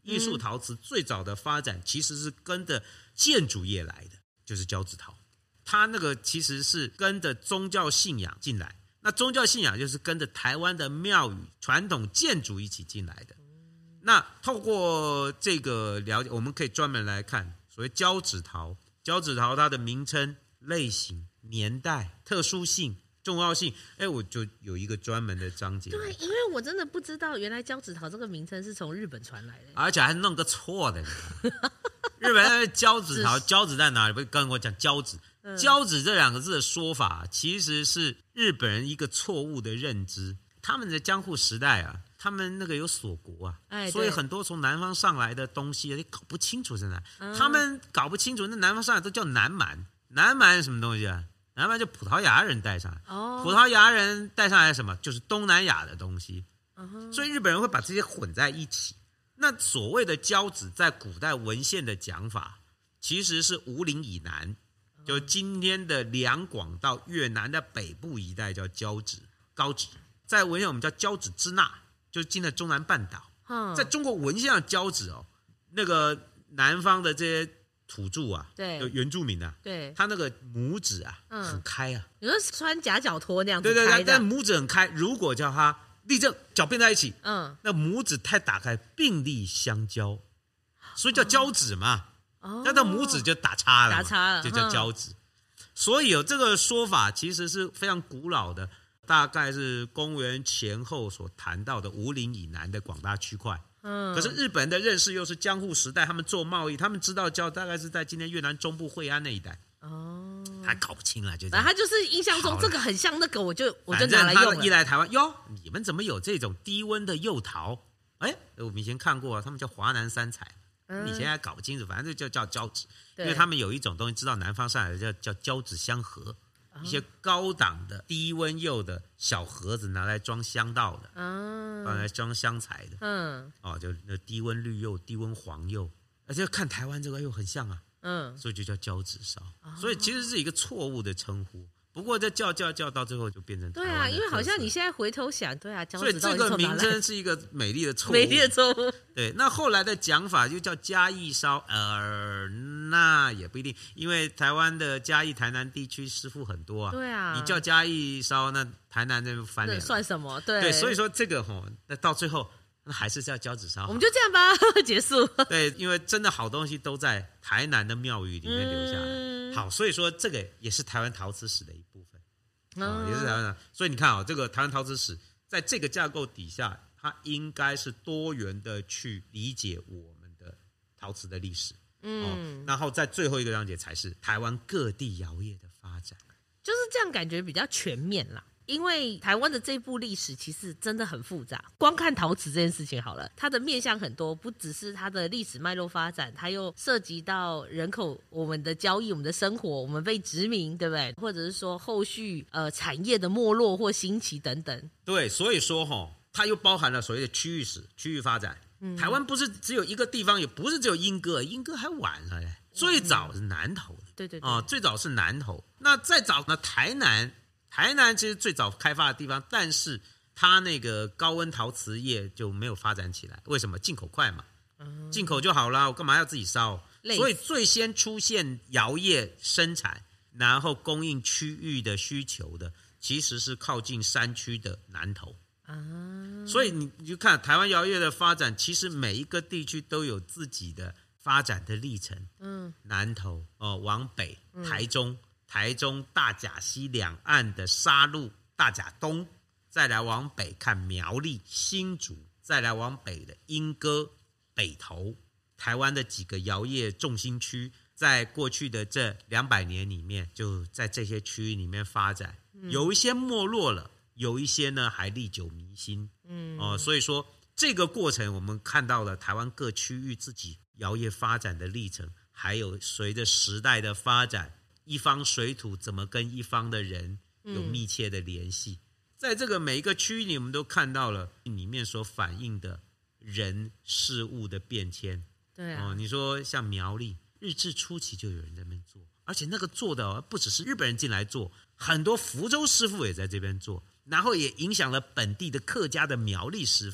艺术陶瓷最早的发展其实是跟着建筑业来的，就是交趾陶。它那个其实是跟着宗教信仰进来，那宗教信仰就是跟着台湾的庙宇传统建筑一起进来的。那透过这个了解，我们可以专门来看所谓交趾陶。交趾陶它的名称、类型、年代、特殊性、重要性，我就有一个专门的章节。 对，因为我真的不知道原来交趾陶这个名称是从日本传来的， 而且还弄个错的。日本人交趾陶，交趾在哪里？不是跟我讲交趾。交趾这两个字的说法，其实是日本人一个错误的认知。他们的江户时代啊，他们那个有锁国啊，所以很多从南方上来的东西，你搞不清楚是哪。他们搞不清楚，那南方上来都叫南蛮。南蛮是什么东西啊？南蛮就葡萄牙人带上来。葡萄牙人带上来什么？就是东南亚的东西。所以日本人会把这些混在一起。那所谓的交趾，在古代文献的讲法，其实是武陵以南。就今天的两广到越南的北部一带叫交趾、高趾，在文献我们叫交趾支那，就是今天的中南半岛。在中国文献上交趾那个南方的这些土著啊， 对， 原住民啊， 对， 他那个拇指啊，很开啊， 你说穿夹脚拖那样子开的， 对，但拇指很开，如果叫他立正，脚并在一起，那拇指太打开，并力相交，所以叫交趾嘛。那到拇指就打叉了，就叫交趾。所以有这个说法其实是非常古老的，大概是公元前后所谈到的武陵以南的广大区块。可是日本人的认识又是江户时代，他们做贸易，他们知道交大概是在今天越南中部惠安那一带。他搞不清了， 他就是印象中这个很像那个，我就拿来用了。 一来台湾，你们怎么有这种低温的釉陶？我们以前看过他们叫华南三彩。你现在搞不清楚，反正就叫交趾，因为他们有一种东西知道南方上来的叫交趾香盒，一些高档的低温釉的小盒子拿来装香道的，拿来装香材的，就那低温绿釉、低温黄釉，而且看台湾这个又很像啊，所以就叫交趾烧，所以其实是一个错误的称呼。不过这叫到最后就变成台湾的特色。 对啊，因为好像你现在回头想，对啊， 所以这个名称是一个美丽的错误。 美丽的错误。 对，那后来的讲法就叫嘉义烧，那也不一定，因为台湾的嘉义、台南地区师傅很多啊。 对啊， 你叫嘉义烧，那台南那边翻脸了， 算什么？对， 所以说这个那到最后那还是叫交趾烧。 我们就这样吧，结束。 对，因为真的好东西都在台南的庙宇里面留下来。好，所以说这个也是台湾陶瓷史的一部分，也是台湾的。所以你看这个台湾陶瓷史在这个架构底下，它应该是多元的去理解我们的陶瓷的历史。然后在最后一个章节才是台湾各地窑业的发展， 就是这样，感觉比较全面啦。因为台湾的这部历史其实真的很复杂，光看陶瓷这件事情好了，它的面向很多，不只是它的历史脉络发展，它又涉及到人口、我们的交易、我们的生活、我们被殖民，对不对？或者是说后续产业的没落或兴起等等。 对，所以说它又包含了所谓的区域史、区域发展。台湾不是只有一个地方，也不是只有莺歌，莺歌还晚了嘞。最早是南投的， 对最早是南投。那再早呢，台南其实最早开发的地方，但是它那个高温陶瓷业就没有发展起来。为什么？进口快嘛，进口就好了，我干嘛要自己烧？所以最先出现窑业生产，然后供应区域的需求的，其实是靠近山区的南投。所以你就看台湾窑业的发展，其实每一个地区都有自己的发展的历程。南投往北，台中大甲溪两岸的沙鹿、大甲东，再来往北看苗栗、新竹，再来往北的莺歌、北投，台湾的几个窑业重心区，在过去的这200年里面，就在这些区域里面发展，有一些没落了，有一些呢还历久弥新。所以说这个过程我们看到了台湾各区域自己窑业发展的历程，还有随着时代的发展，一方水土怎么跟一方的人有密切的联系。在这个每一个区域里，我们都看到了里面所反映的人事物的变迁。 对啊， 你说像苗栗，日治初期就有人在那边做，而且那个做的不只是日本人进来做，很多福州师傅也在这边做，然后也影响了本地的客家的苗栗师傅。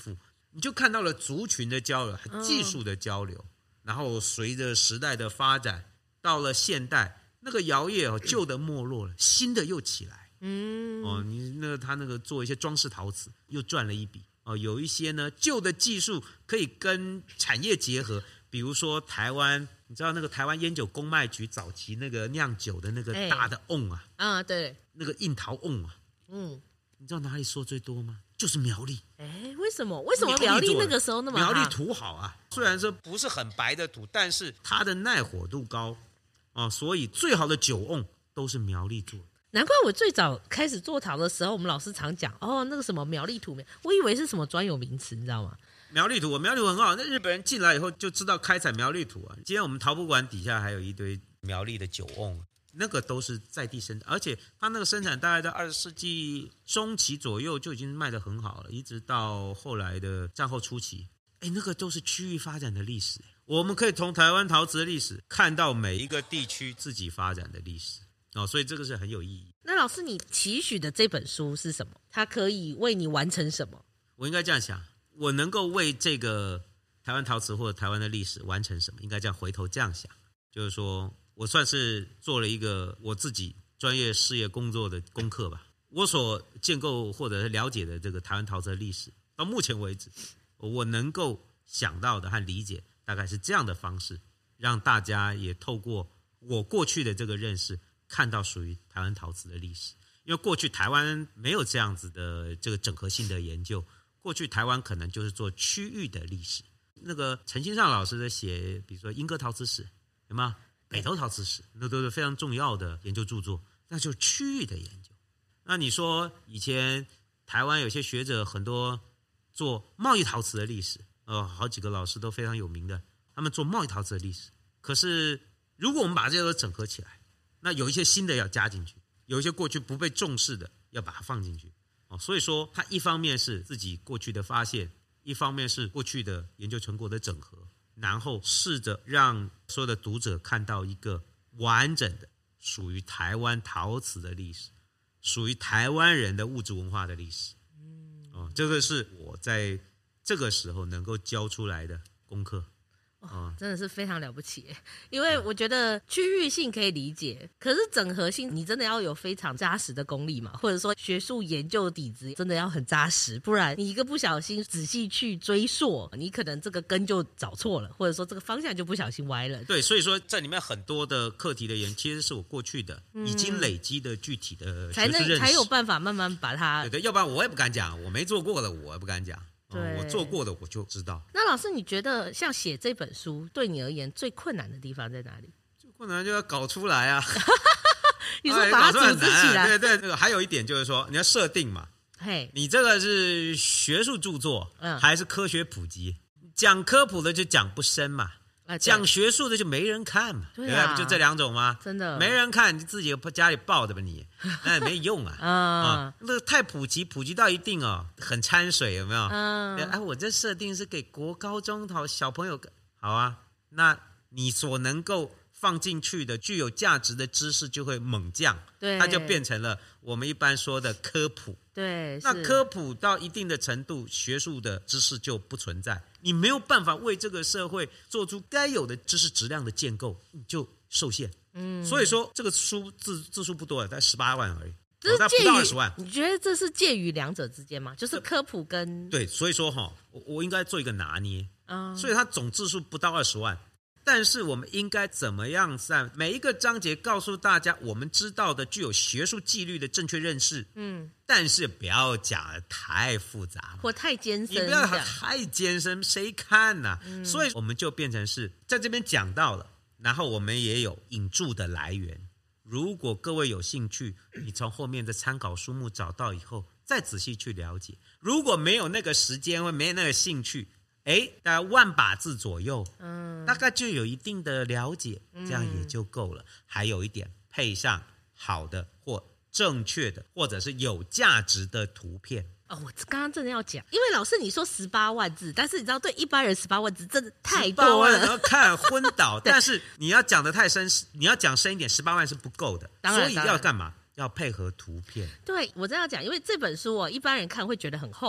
你就看到了族群的交流、技术的交流，然后随着时代的发展，到了现代，那个窑业旧的没落了，新的又起来。你他那个做一些装饰陶瓷又赚了一笔。有一些呢旧的技术可以跟产业结合，比如说台湾，你知道那个台湾烟酒公卖局早期那个酿酒的那个大的瓮对， 那个硬陶瓮你知道哪里说最多吗？就是苗栗。 为什么苗栗那个时候那么好？ 苗栗土好啊，虽然说不是很白的土，但是它的耐火度高所以最好的酒瓮都是苗栗做的。 难怪我最早开始做陶的时候，我们老师常讲那个什么苗栗土，我以为是什么专有名词，你知道吗？ 苗栗土很好，那日本人进来以后就知道开采苗栗土啊。今天我们陶博馆底下还有一堆苗栗的酒瓮，那个都是在地生产，而且它那个生产大概在20世纪中期左右就已经卖得很好了，一直到后来的战后初期。那个都是区域发展的历史。我们可以从台湾陶瓷的历史看到每一个地区自己发展的历史。所以这个是很有意义。 那老师，你期许的这本书是什么？它可以为你完成什么？ 我应该这样想，我能够为这个台湾陶瓷或者台湾的历史完成什么？应该这样回头这样想，就是说我算是做了一个我自己专业事业工作的功课吧。我所建构或者是了解的这个台湾陶瓷的历史，到目前为止，我能够想到的和理解大概是这样的方式，让大家也透过我过去的这个认识，看到属于台湾陶瓷的历史。因为过去台湾没有这样子的这个整合性的研究，过去台湾可能就是做区域的历史。那个陈新上老师的写，比如说莺歌陶瓷史，有没有北投陶瓷史，那都是非常重要的研究著作，那就是区域的研究。那你说以前台湾有些学者很多做贸易陶瓷的历史，好几个老师都非常有名的，他们做贸易陶瓷的历史。可是如果我们把这些都整合起来，那有一些新的要加进去，有一些过去不被重视的要把它放进去。所以说它一方面是自己过去的发现，一方面是过去的研究成果的整合，然后试着让所有的读者看到一个完整的属于台湾陶瓷的历史，属于台湾人的物质文化的历史。这个是我在这个时候能够教出来的功课。 真的是非常了不起耶。因为我觉得区域性可以理解，可是整合性你真的要有非常扎实的功力嘛，或者说学术研究底子真的要很扎实，不然你一个不小心仔细去追溯，你可能这个根就找错了，或者说这个方向就不小心歪了。 对，所以说在里面很多的课题的研究其实是我过去的已经累积的具体的学术认识， 才有办法慢慢把它对，要不然我也不敢讲，我没做过的我也不敢讲。我做过的我就知道。 那老师，你觉得像写这本书对你而言最困难的地方在哪里？ 最困难就要搞出来啊！ 你说把它组织起来， 对，还有一点就是说你要设定嘛。你这个是学术著作，还是科学普及？讲科普的就讲不深嘛，讲学术的就没人看嘛，对吧？就这两种吗？ 真的没人看，你自己家里抱的吧你，那也没用啊。那个太普及到一定很掺水，有没有？我这设定是给国高中小朋友，好啊，那你所能够放进去的具有价值的知识就会猛降，它就变成了我们一般说的科普。 对， 那科普到一定的程度，学术的知识就不存在，你没有办法为这个社会做出该有的知识质量的建构，你就受限。所以说这个书字数不多，才18万而已， 这是不到20万。 你觉得这是介于两者之间吗？就是科普跟对，所以说我应该做一个拿捏。所以它总字数不到20万。但是我们应该怎么样在每一个章节告诉大家我们知道的具有学术纪律的正确认识，但是不要讲得太复杂或太艰深， 你不要太艰深，谁看啊？所以我们就变成是在这边讲到了，然后我们也有引注的来源。如果各位有兴趣，你从后面的参考书目找到以后，再仔细去了解。如果没有那个时间或没有那个兴趣，大概10000把字左右，大概就有一定的了解，这样也就够了。还有一点，配上好的或正确的或者是有价值的图片。 我刚刚真的要讲，因为老师你说18万字，但是你知道对一般人18万字真的太多了， 18万然后看昏倒。但是你要讲得太深，你要讲深一点，18万是不够的，所以要干嘛？要配合图片。 对，我这样讲，因为这本书一般人看会觉得很厚。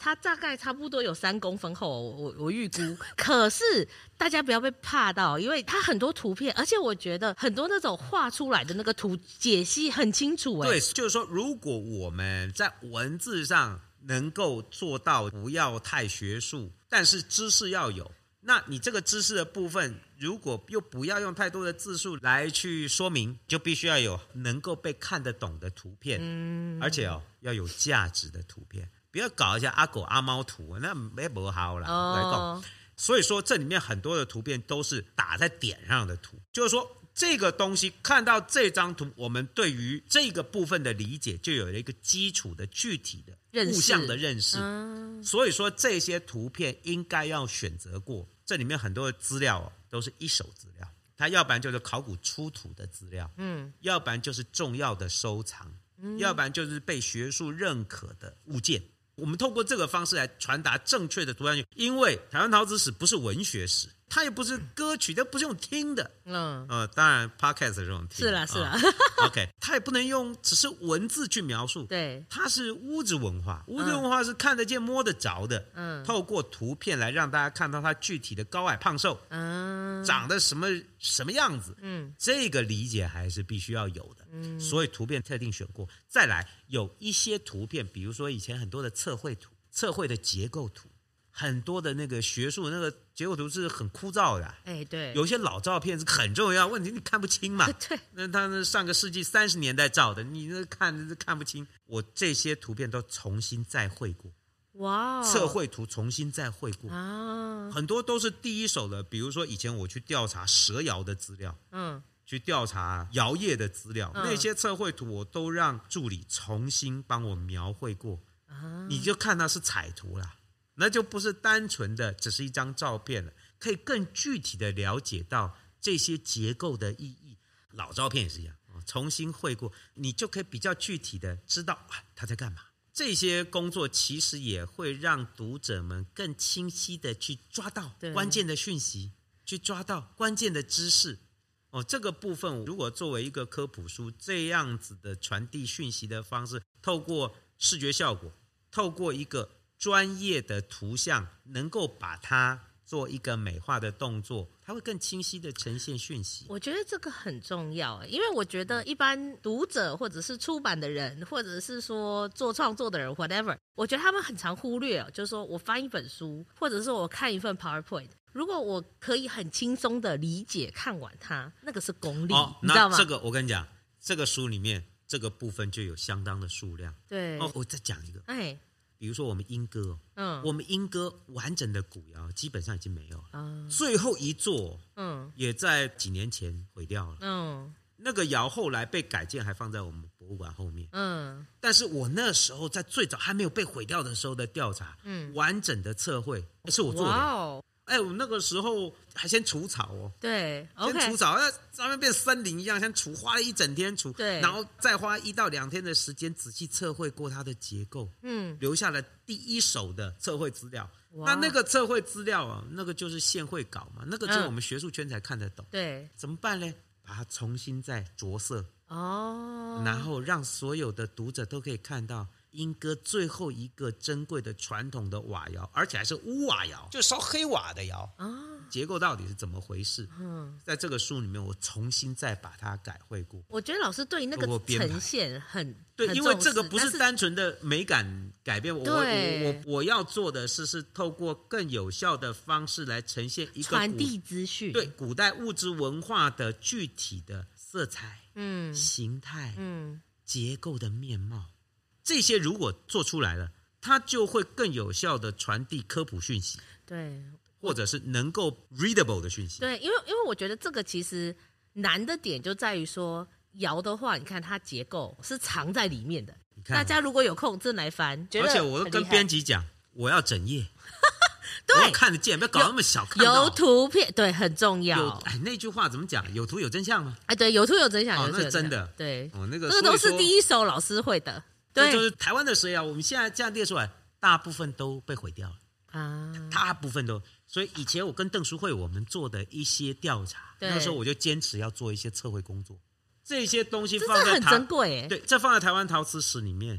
它大概差不多有3公分厚，我预估。可是大家不要被怕到，因为它很多图片，而且我觉得很多那种画出来的那个图解析很清楚。 对，就是说如果我们在文字上能够做到不要太学术，但是知识要有，那你这个知识的部分如果又不要用太多的字数来去说明，就必须要有能够被看得懂的图片，而且要有价值的图片，不要搞一下阿狗阿猫图，那没不好啦。所以说这里面很多的图片都是打在点上的图，就是说这个东西看到这张图，我们对于这个部分的理解就有了一个基础的具体的物象的认识。所以说这些图片应该要选择过，这里面很多的资料都是一手资料，它要不然就是考古出土的资料，要不然就是重要的收藏，要不然就是被学术认可的物件。我们透过这个方式来传达正确的图案，因为台湾陶瓷史不是文学史，它也不是歌曲，它不是用听的。当然 podcast 这种听是啦 OK， 它也不能用只是文字去描述。 对， 它是物质文化，物质文化是看得见摸得着的。透过图片来让大家看到它具体的高矮胖瘦，长得什么样子。这个理解还是必须要有的。所以图片特定选过。再来有一些图片，比如说以前很多的测绘图，测绘的结构图，很多的那个学术那个结构图是很枯燥的。 对， 有些老照片是很重要，问题你看不清嘛。 对， 那他那上个世纪30年代照的，你那看不清。我这些图片都重新再绘过。哇，测绘图重新再绘过。很多都是第一手的，比如说以前我去调查蛇窑的资料，去调查窑业的资料，那些测绘图我都让助理重新帮我描绘过。你就看它是彩图啦，那就不是单纯的只是一张照片了，可以更具体的了解到这些结构的意义。老照片也是一样，重新绘过，你就可以比较具体的知道他在干嘛。这些工作其实也会让读者们更清晰的去抓到关键的讯息，去抓到关键的知识。这个部分如果作为一个科普书，这样子的传递讯息的方式，透过视觉效果，透过一个专业的图像，能够把它做一个美化的动作，它会更清晰的呈现讯息。 我觉得这个很重要，因为我觉得一般读者或者是出版的人，或者是说做创作的人 whatever， 我觉得他们很常忽略，就是说我翻一本书，或者是我看一份 PowerPoint， 如果我可以很轻松的理解看完它，那个是功力，你知道吗？ 这个我跟你讲，这个书里面这个部分就有相当的数量。 对， 我再讲一个，比如说我们莺歌，我们莺歌完整的古窑基本上已经没有了，最后一座，也在几年前毁掉了，那个窑后来被改建，还放在我们博物馆后面，但是我那时候在最早还没有被毁掉的时候的调查，完整的测绘是我做的。我那个时候还先除草对， 先除草，上面变森林一样，先除，花了一整天除， 对， 然后再花1到2天的时间仔细测绘过它的结构，留下了第一手的测绘资料。那个测绘资料那个就是现绘稿嘛，那个只有我们学术圈才看得懂。 对， 怎么办呢？把它重新再着色，然后让所有的读者都可以看到莺歌最后一个珍贵的传统的瓦窑，而且还是乌瓦窑，就烧黑瓦的窑，结构到底是怎么回事？在这个书里面我重新再把它改绘过。 我觉得老师对那个呈现很对，因为这个不是单纯的美感改变，我要做的是透过更有效的方式来呈现一个传递资讯， 对古代物质文化的具体的色彩、形态、结构的面貌。这些如果做出来了，它就会更有效的传递科普讯息， 对，或者是能够 readable 的讯息。 对，因为我觉得这个其实难的点就在于说，窑的话，你看它结构是藏在里面的。大家如果有空真来翻，而且我都跟编辑讲，我要整页，对，我要看得见，不要搞那么小，看到有图片，对，很重要。 那句话怎么讲？有图有真相吗？ 对，有图有真相， 那是真的。 对， 那个都是第一手老师会的。 对，就是台湾的石窑，我们现在这样列出来，大部分都被毁掉了大部分都。所以以前我跟邓淑慧我们做的一些调查，那时候我就坚持要做一些测绘工作，这些东西放在很珍贵对，这放在台湾陶瓷史里面，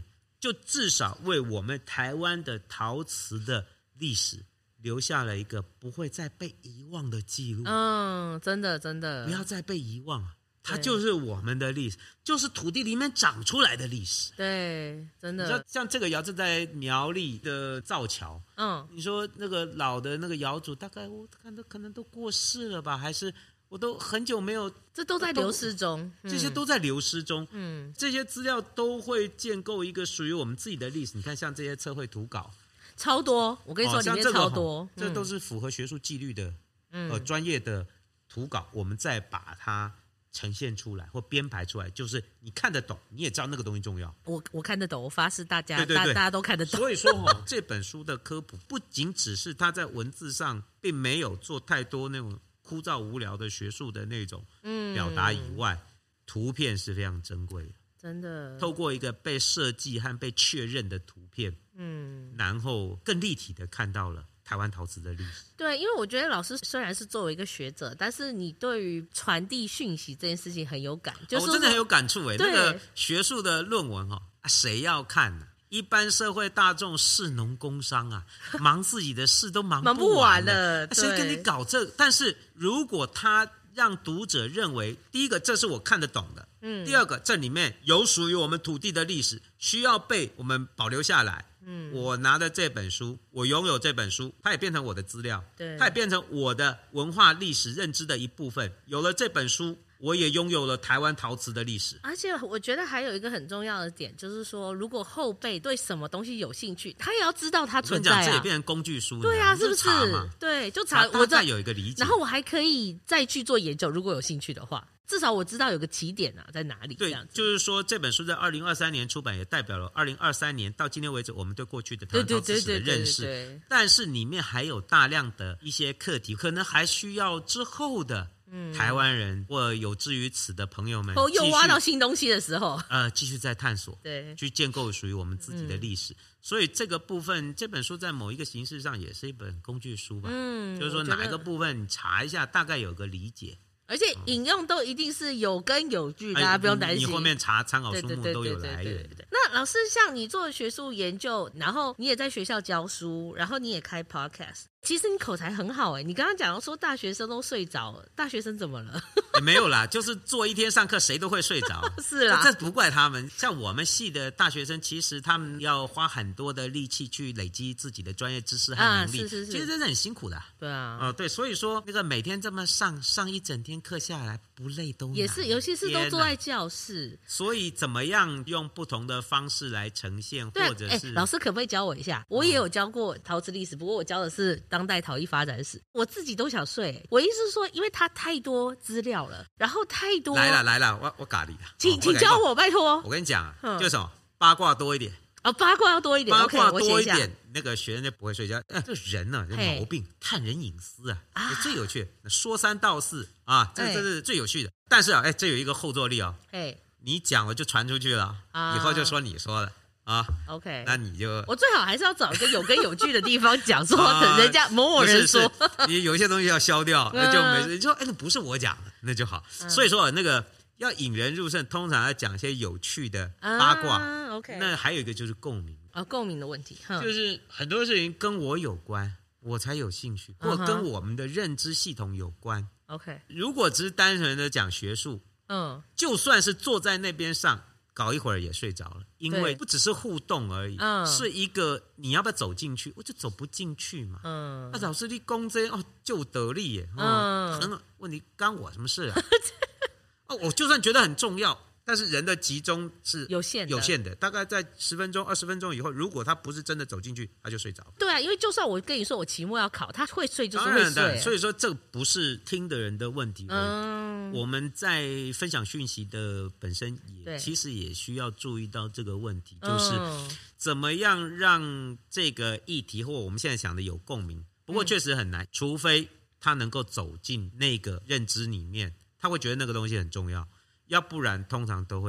就至少为我们台湾的陶瓷的历史留下了一个不会再被遗忘的记录。 真的真的不要再被遗忘，它就是我们的历史，就是土地里面长出来的历史。 对，真的。 你知道像这个窑是在苗栗的造桥，你说那个老的那个窑主，大概我看可能都过世了吧，还是我都很久没有， 这都在流失中， 这些都在流失中。这些资料都会建构一个属于我们自己的历史。你看，像这些测绘图稿， 超多，我跟你说，里面超多， 这都是符合学术纪律的，专业的图稿，我们再把它呈现出来或编排出来，就是你看得懂，你也知道那个东西重要。 我看得懂，我发誓大家对大家都看得懂。 所以说这本书的科普不仅只是它在文字上并没有做太多那种枯燥无聊的学术的那种表达以外，图片是非常珍贵的。 真的， 透过一个被设计和被确认的图片，然后更立体的看到了台湾陶瓷的历史。 对，因为我觉得老师虽然是作为一个学者，但是你对于传递讯息这件事情很有感，就是我真的很有感触那个学术的论文谁要看呢？一般社会大众士农工商啊，忙自己的事都忙不完了，谁跟你搞这？但是如果他让读者认为，第一个这是我看得懂的，第二个这里面有属于我们土地的历史，需要被我们保留下来。我拿的这本书，我拥有这本书，它也变成我的资料，它也变成我的文化历史认知的一部分。有了这本书，我也拥有了台湾陶瓷的历史。 而且我觉得还有一个很重要的点，就是说如果后辈对什么东西有兴趣，他也要知道它存在这也变成工具书。 对啊，是不是？对，就查，我大概有一个理解， 然后我还可以再去做研究，如果有兴趣的话，至少我知道有个起点在哪里。 对， 这样子就是说这本书在2023年出版，也代表了2023年到今天为止我们对过去的台湾陶瓷史的认识。但是里面还有大量的一些课题，可能还需要之后的台湾人或有志于此的朋友们又挖到新东西的时候， 继续再探索， 对， 去建构属于我们自己的历史。所以这个部分，这本书在某一个形式上也是一本工具书吧。就是说哪一个部分你查一下，大概有个理解。 而且引用都一定是有根有据，大家不用担心。 你后面查参考书目都有来源。 那老师，像你做学术研究，然后你也在学校教书，然后你也开 podcast， 其实你口才很好你刚刚讲说大学生都睡着，大学生怎么了？ 没有啦，就是做一天上课谁都会睡着。 是啦， 这不怪他们。像我们系的大学生，其实他们要花很多的力气去累积自己的专业知识和能力， 是其实真的很辛苦的。 对啊， 对，所以说那个每天这么上一整天课下来，不累都难。 也是，尤其是都坐在教室。 所以怎么样用不同的方式来呈现，或者是老师可不可以教我一下？我也有教过陶瓷历史，不过我教的是当代陶艺发展史，我自己都想睡。我意思是说，因为它太多资料了，然后太多。 来了，我咖喱了， 请教我，拜托。 我跟你讲就是什么八卦多一点。 八卦要多一点， 八卦多一点，那个学生就不会睡觉。这人呢，有毛病，探人隐私最有趣，说三道四这是最有趣的。但是这有一个后坐力你讲了就传出去了，以后就说你说的 OK， 那你就我最好还是要找一个有根有据的地方讲，说人家某人说， 你有些东西要消掉，那就没事。你说那不是我讲的，那就好。所以说那个要引人入胜，通常要讲一些有趣的八卦。 OK， 那还有一个就是共鸣共鸣的问题， 就是很多事情跟我有关，我才有兴趣，或跟我们的认知系统有关。 OK， 如果只是单纯的讲学术，就算是坐在那边上搞一会儿也睡着了，因为不只是互动而已，是一个你要不要走进去，我就走不进去嘛。老师你讲这就得力耶，问题干我什么事啊？我就算觉得很重要，但是人的集中是有限的，大概在10分钟、20分钟以后，如果他不是真的走进去，他就睡着。 对啊，因为就算我跟你说我期末要考，他会睡就是会睡。 所以说这不是听的人的问题。我们在分享讯息的本身其实也需要注意到这个问题，就是怎么样让这个议题或我们现在想的有共鸣。不过确实很难，除非他能够走进那个认知里面，他会觉得那个东西很重要，要不然通常都会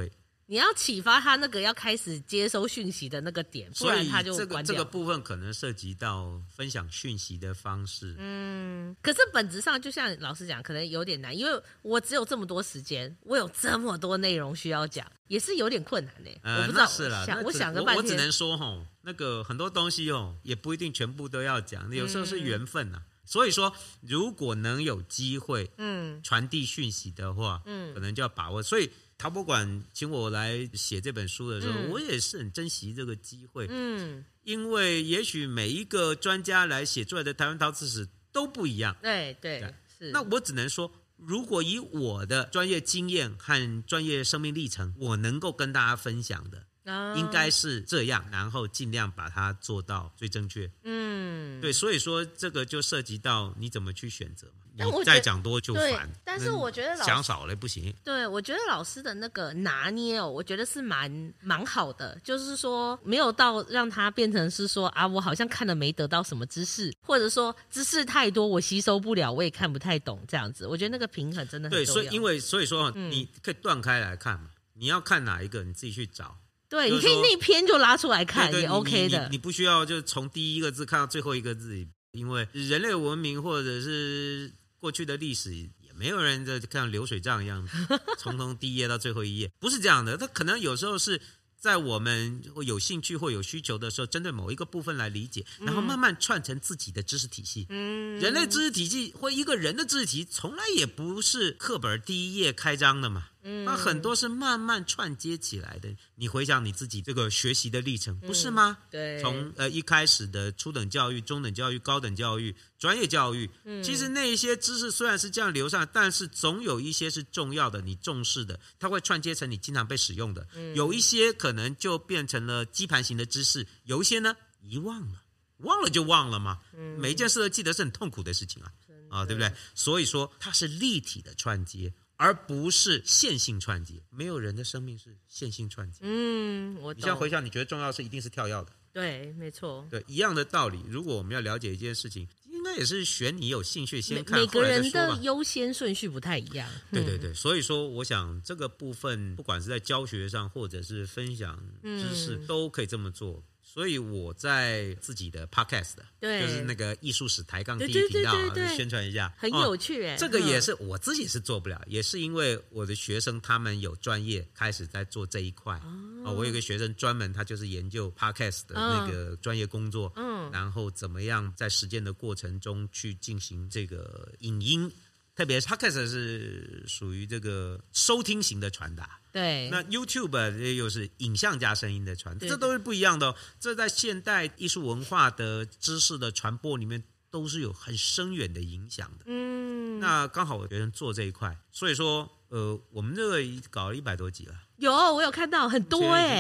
你要启发他那个要开始接收讯息的那个点，不然他就关掉。 这个部分可能涉及到分享讯息的方式。 可是本质上就像老师讲，可能有点难，因为我只有这么多时间，我有这么多内容需要讲，也是有点困难我不知道， 是啦， 我想个半天， 我只能说那个很多东西也不一定全部都要讲，有时候是缘分啊。所以说，如果能有机会，传递讯息的话，可能就要把握。所以陶博馆请我来写这本书的时候，我也是很珍惜这个机会，因为也许每一个专家来写出来的台湾陶瓷史都不一样， 对，是。 那我只能说，如果以我的专业经验和专业生命历程，我能够跟大家分享的。应该是这样，然后尽量把它做到最正确。对，所以说这个就涉及到你怎么去选择嘛。你再讲多就烦。但是我觉得讲少了不行。 对，我觉得老师的那个拿捏我觉得是蛮好的，就是说没有到让它变成是说我好像看了没得到什么知识，或者说知识太多我吸收不了，我也看不太懂这样子。我觉得那个平衡真的很重要。 对，所以说你可以断开来看嘛，你要看哪一个你自己去找。 对，你可以那篇就拉出来看，也 OK 的。 你不需要就从第一个字看到最后一个字，因为人类文明或者是过去的历史，也没有人在看流水账一样，从第一页到最后一页，不是这样的。它可能有时候是在我们有兴趣或有需求的时候，针对某一个部分来理解，然后慢慢串成自己的知识体系。人类知识体系或一个人的知识体系，从来也不是课本第一页开张的嘛。那很多是慢慢串接起来的。你回想你自己这个学习的历程，不是吗？ 对， 从一开始的初等教育、中等教育、高等教育、专业教育，其实那一些知识虽然是这样流上，但是总有一些是重要的，你重视的，它会串接成你经常被使用的。有一些可能就变成了基盘型的知识，有一些呢遗忘了，忘了就忘了嘛。每一件事都记得是很痛苦的事情对不对？所以说它是立体的串接，而不是线性串接。没有人的生命是线性串接。我懂。你现在回想，你觉得重要是一定是跳跃的。 对，没错。 对，一样的道理。如果我们要了解一件事情，应该也是选你有兴趣先看， 每个人的优先顺序不太一样。 对，所以说我想这个部分，不管是在教学上或者是分享知识，都可以这么做。所以我在自己的 podcast， 就是那个艺术史抬杠第一频道宣传一下， 很有趣这个也是我自己是做不了，也是因为我的学生他们有专业开始在做这一块。我有一个学生专门他就是研究 podcast 的那个专业工作，然后怎么样在实践的过程中去进行这个影音。特别 Podcast 是属于这个收听型的传达， 对。 那 YouTube 又是影像加声音的传达，这都是不一样的这在现代艺术文化的知识的传播里面都是有很深远的影响的。那刚好我觉得做这一块，所以说我们这个搞了100多集了。 我有看到很多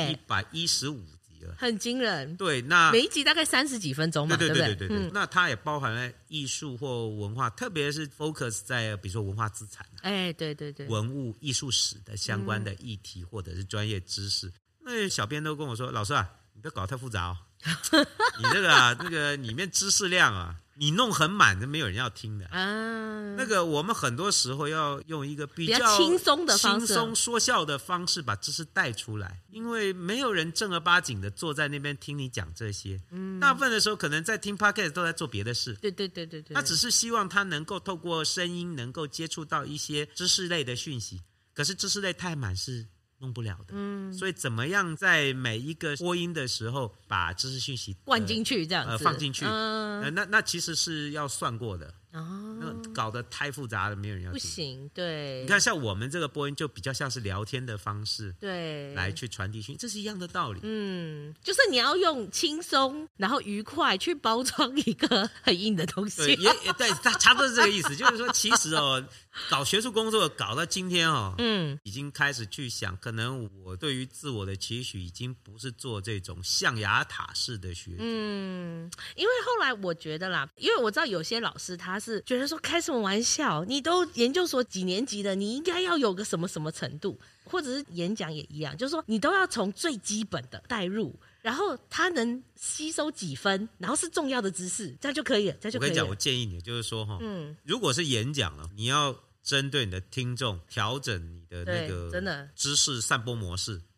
115。 很惊人。 对，那每一集大概30几分钟嘛，对不对？ 那它也包含了艺术或文化，特别是 focus 在比如说文化资产， 对， 文物艺术史的相关的议题或者是专业知识。那小编都跟我说，老师你不要搞得太复杂你这个那个里面知识量你弄很满，就没有人要听的那个我们很多时候要用一个比较轻松的方式、 轻松说笑的方式把知识带出来，因为没有人正儿八经的坐在那边听你讲这些。大部分的时候可能在听 podcast 都在做别的事。 对， 他只是希望他能够透过声音能够接触到一些知识类的讯息，可是知识类太满是弄不了的。所以怎么样在每一个播音的时候把知识讯息灌进去，这样子放进去，那其实是要算过的。那搞得太复杂了，没有人要听。 不行。对， 你看像我们这个播音就比较像是聊天的方式， 对， 来去传递讯息，这是一样的道理。 就是你要用轻松然后愉快去包装一个很硬的东西。 对，差不多是这个意思。就是说其实搞学术工作搞到今天已经开始去想，可能我对于自我的期许已经不是做这种象牙塔式的学习。 因为后来我觉得啦，因为我知道有些老师他是觉得说开什么玩笑，你都研究所几年级的，你应该要有个什么什么程度，或者是演讲也一样，就是说你都要从最基本的带入，然后他能吸收几分，然后是重要的知识，这样就可以了。我跟你讲，我建议你就是说如果是演讲了，你要针对你的听众调整你的那个真的知识散播模式。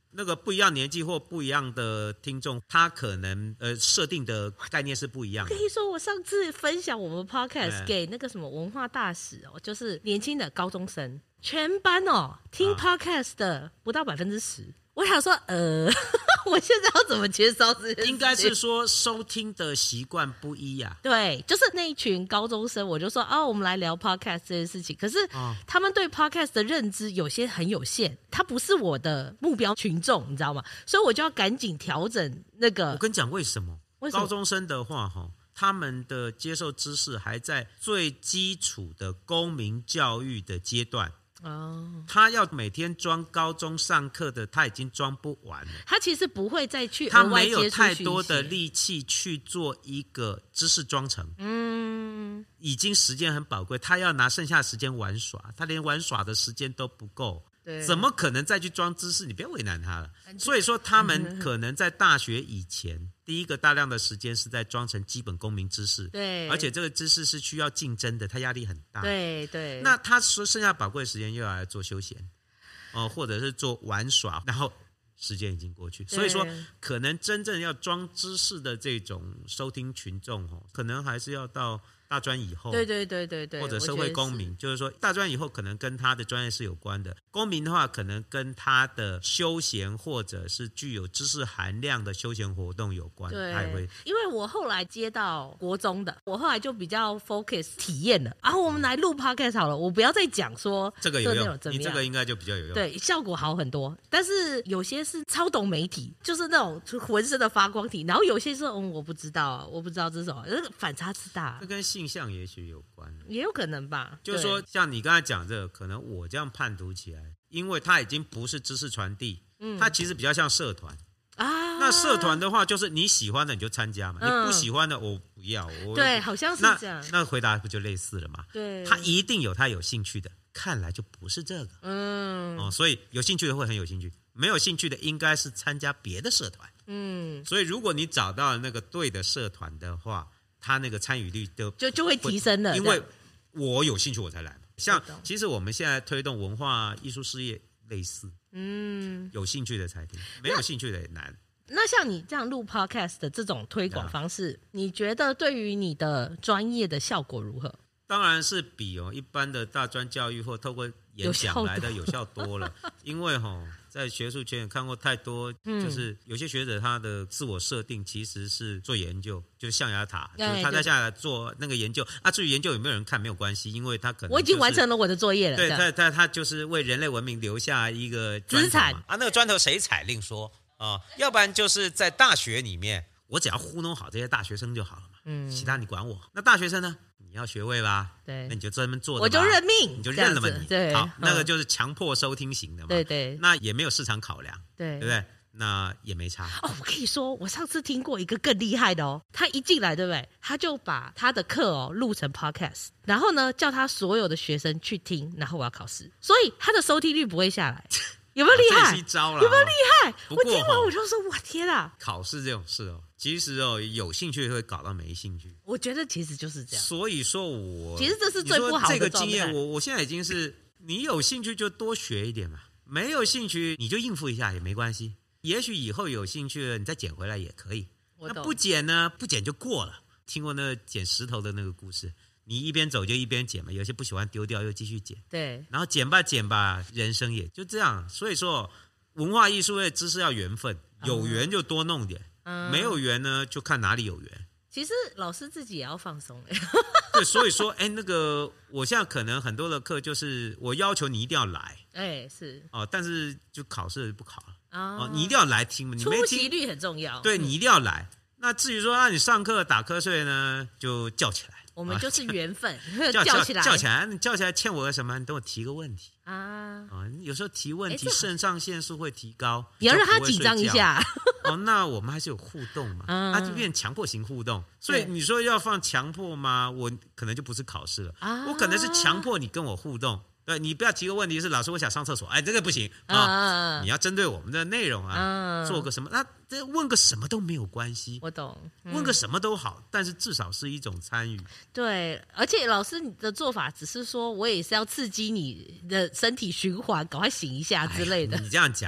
那个不一样年纪或不一样的听众，他可能设定的概念是不一样的。 我跟你说，我上次分享我们 podcast 给那个什么文化大使哦，就是年轻的高中生，全班哦听 podcast 的不到10%。我想说，我现在要怎么介绍这件事情？ 应该是说收听的习惯不一啊。 对，就是那一群高中生，我就说我们来聊 podcast 这件事情。可是他们对 podcast 的认知有些很有限，他不是我的目标群众，你知道吗？所以我就要赶紧调整那个。 我跟你讲为什么？高中生的话，他们的接受知识还在最基础的公民教育的阶段。他要每天装高中上课的，他已经装不完了。 他其实不会再去他没有太多的力气去做一个知识装成。已经时间很宝贵，他要拿剩下的时间玩耍，他连玩耍的时间都不够。怎么可能再去装知识？你不要为难他了。所以说他们可能在大学以前第一个大量的时间是在装成基本公民知识。 对， 而且这个知识是需要竞争的，他压力很大。 对， 那他说剩下宝贵的时间又要来做休闲，或者是做玩耍，然后时间已经过去。所以说可能真正要装知识的这种收听群众可能还是要到大专以后。 对， 或者社会公民，就是说大专以后可能跟他的专业是有关的，公民的话可能跟他的休闲或者是具有知识含量的休闲活动有关。 对， 他也会。 因为我后来接到国中的，我后来就比较 focus 体验了。然后我们来录 podcast 好了，我不要再讲说这个有用，你这个应该就比较有用。 对，效果好很多。但是有些是超懂媒体，就是那种浑身的发光体，然后有些是我不知道这是什么，反差之大。 这跟性向也许有关， 也有可能吧。 就是说像你刚才讲这个，可能我这样判读起来，因为它已经不是知识传递，它其实比较像社团啊。那社团的话，就是你喜欢的你就参加嘛，你不喜欢的我不要。 对，好像是这样。 那回答不就类似了吗？ 对， 他一定有他有兴趣的，看来就不是这个。所以有兴趣的会很有兴趣，没有兴趣的应该是参加别的社团。所以如果你找到那个对的社团的话，他那个参与率就会提升了。 因为我有兴趣我才来嘛。像其实我们现在推动文化艺术事业类似，有兴趣的才听，没有兴趣的也难。 那像你这样录 podcast 的这种推广方式，你觉得对于你的专业的效果如何？ 当然是比一般的大专教育或透过演讲来的有效多了。因为在学术圈也看过太多，就是有些学者他的自我设定其实是做研究，就是象牙塔，就是他在下来做那个研究至于研究有没有人看没有关系，因为他可能我已经完成了我的作业了。 对，他就是为人类文明留下一个资产那个砖头谁踩另说要不然就是在大学里面，我只要糊弄好这些大学生就好了嘛。其他你管我。那大学生呢？你要学位吧？对，那你就专门做的， 我就认命， 你就认了嘛。 对， 好，那个就是强迫收听型的嘛。 对， 那也没有市场考量， 对不对？那也没差。 我跟你说，我上次听过一个更厉害的他一进来，对不对？他就把他的课录成 podcast， 然后呢，叫他所有的学生去听，然后我要考试，所以他的收听率不会下来。有没有厉害？有没有厉害？我听完我就说，哇天啊！ 考试这种事其实有兴趣会搞到没兴趣。 我觉得其实就是这样。 所以说其实这是最不好的这个经验。我现在已经是，你有兴趣就多学一点嘛，没有兴趣你就应付一下也没关系。也许以后有兴趣了，你再捡回来也可以。那不捡呢？不捡就过了。听过那个捡石头的那个故事？你一边走就一边捡嘛，有些不喜欢丢掉又继续捡。 对， 然后捡吧，人生也就这样。所以说，文化艺术类知识要缘分，有缘就多弄点，没有缘呢就看哪里有缘。 其实老师自己也要放松。 对，所以说，那个我现在可能很多的课就是我要求你一定要来， 是但是就考试不考了你一定要来听，你没听， 出席率很重要。 对，你一定要来。那至于说你上课打瞌睡呢，就叫起来。 我们就是缘分， 叫起来， 你叫起来欠我个什么？你等我提个问题有时候提问题，肾上腺素会提高， 你要让他紧张一下。 那我们还是有互动嘛，就变强迫型互动。所以你说要放强迫吗？我可能就不是考试了，我可能是强迫你跟我互动。对，你不要提个问题是老师我想上厕所，这个不行你要针对我们的内容做个什么，那问个什么都没有关系， 我懂， 问个什么都好，但是至少是一种参与。 对，而且老师你的做法只是说我也是要刺激你的身体循环，赶快醒一下之类的。 你这样讲嘛，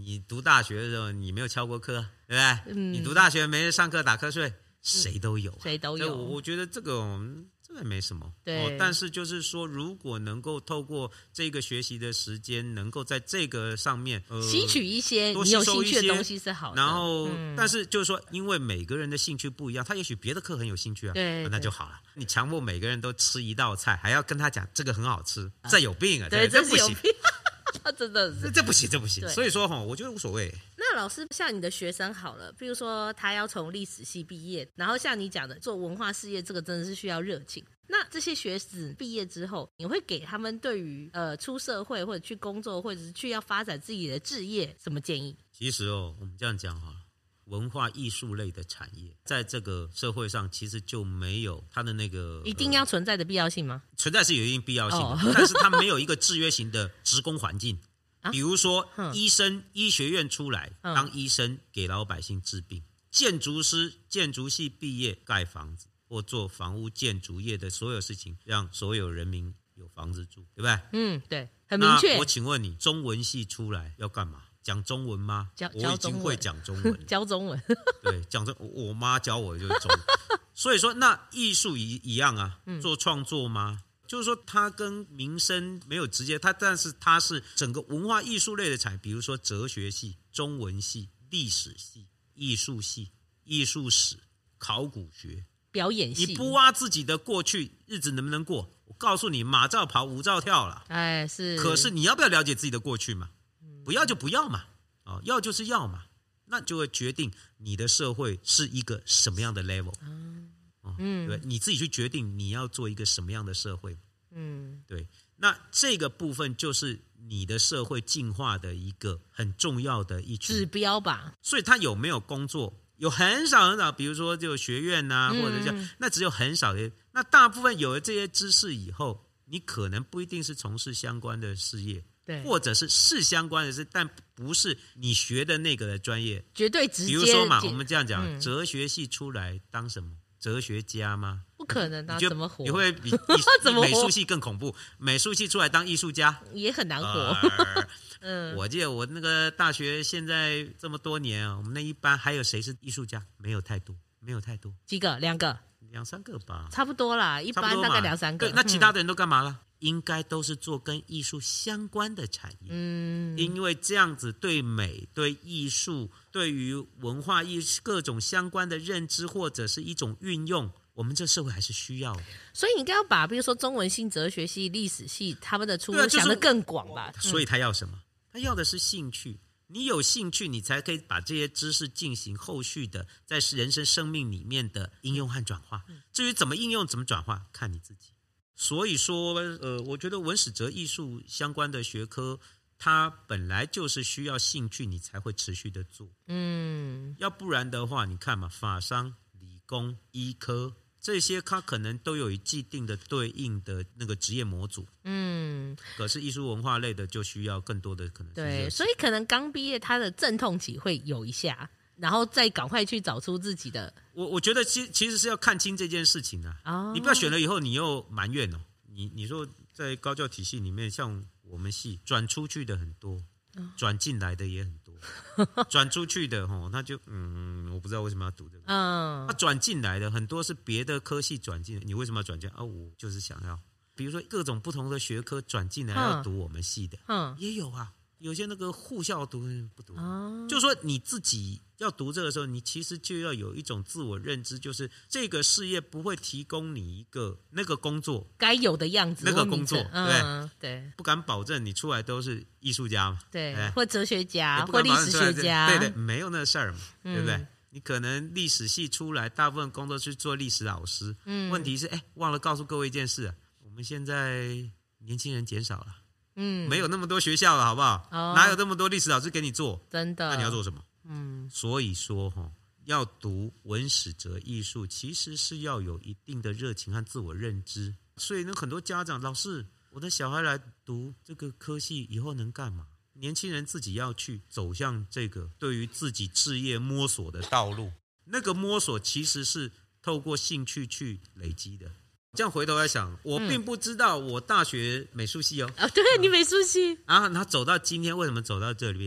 你读大学的时候你没有翘过课，对不对？你读大学没人上课打瞌睡，谁都有， 谁都有。 我觉得这个没什么， 对。 但是就是说，如果能够透过这个学习的时间，能够在这个上面吸取一些你有兴趣的东西是好的。 然后，但是就是说，因为每个人的兴趣不一样，他也许别的课很有兴趣啊， 对， 那就好了。你强迫每个人都吃一道菜，还要跟他讲这个很好吃，这有病啊！ 对， 这不行。 真的是这不行，这不行。所以说我觉得无所谓。 那老师，像你的学生好了，比如说他要从历史系毕业，然后像你讲的做文化事业，这个真的是需要热情。那这些学子毕业之后，你会给他们对于出社会或者去工作，或者是去要发展自己的志业什么建议？ 其实我们这样讲好了。文化艺术类的产业，在这个社会上其实就没有它的那个一定要存在的必要性吗？ 存在是有一定必要性的，但是它没有一个制约型的职工环境。比如说，医生医学院出来当医生，给老百姓治病；建筑师建筑系毕业盖房子或做房屋建筑业的所有事情，让所有人民有房子住，对不对？ 对，很明确。 那我请问你，中文系出来要干嘛？讲中文吗？我已经会讲中文， 教中文。 对，讲中我妈教我就是中文。所以说，那艺术一样啊，做创作吗？就是说，它跟民生没有直接，但是它是整个文化艺术类的产业，比如说哲学系、中文系、历史系、艺术系、艺术史、考古学、 表演系。 你不挖自己的过去，日子能不能过？我告诉你，马照跑，舞照跳了。 是。 可是你要不要了解自己的过去嘛？不要就不要嘛，要就是要嘛，那就会决定你的社会是一个什么样的 level。对，你自己去决定你要做一个什么样的社会。对，那这个部分就是你的社会进化的一个很重要的一群指标吧。 所以他有没有工作，有很少很少，比如说就学院啊，或者这样，那只有很少的。那大部分有了这些知识以后，你可能不一定是从事相关的事业。 对， 或者是相关的事，但不是你学的那个的专业， 绝对直接。 比如说嘛，我们这样讲，哲学系出来当什么？哲学家吗？ 不可能啊！怎么活？ 你会比美术系更恐怖？美术系出来当艺术家也很难活。 我记得我那个大学现在这么多年啊，我们那一班还有谁是艺术家？没有太多，几个 ？2个、 2、3个吧， 差不多啦。一般大概2、3个。 对，那其他的人都干嘛了？应该都是做跟艺术相关的产业，因为这样子对美、对艺术、对于文化艺术各种相关的认知或者是一种运用，我们这社会还是需要的。 所以你应该要把比如说中文系、哲学系、历史系他们的出路想得更广吧。 所以他要什么？他要的是兴趣。你有兴趣，你才可以把这些知识进行后续的在人生生命里面的应用和转化。至于怎么应用、怎么转化，看你自己。所以说，我觉得文史哲艺术相关的学科，它本来就是需要兴趣，你才会持续的做。要不然的话，你看嘛，法商、理工、医科这些，它可能都有既定的对应的那个职业模组。可是艺术文化类的就需要更多的可能。 对，所以可能刚毕业，他的阵痛期会有一下。然后再赶快去找出自己的。 我觉得其实是要看清这件事情啊。你不要选了以后你又埋怨哦。你说在高教体系里面，像我们系转出去的很多，转进来的也很多。转出去的他就我不知道为什么要读这个。他转进来的很多是别的科系转进来，你为什么要转进来？我就是想要，比如说各种不同的学科转进来要读我们系的，也有啊。有些那个护校读不读，就是说你自己要读这个时候，你其实就要有一种自我认知，就是这个事业不会提供你一个那个工作该有的样子， 那个工作， 对， 不敢保证你出来都是艺术家嘛， 对，或哲学家，或历史学家， 对，没有那事儿嘛，对不对？你可能历史系出来，大部分工作去做历史老师，问题是，忘了告诉各位一件事啊，我们现在年轻人减少了。没有那么多学校了，好不好？哪有那么多历史老师给你做？ 真的？ 那你要做什么？所以说要读文史哲艺术，其实是要有一定的热情和自我认知。所以呢，很多家长，老师，我的小孩来读这个科系以后能干嘛？年轻人自己要去走向这个对于自己志业摸索的道路。那个摸索其实是透过兴趣去累积的。这样回头来想，我并不知道我大学美术系对，你美术系然后他走到今天，为什么走到这边？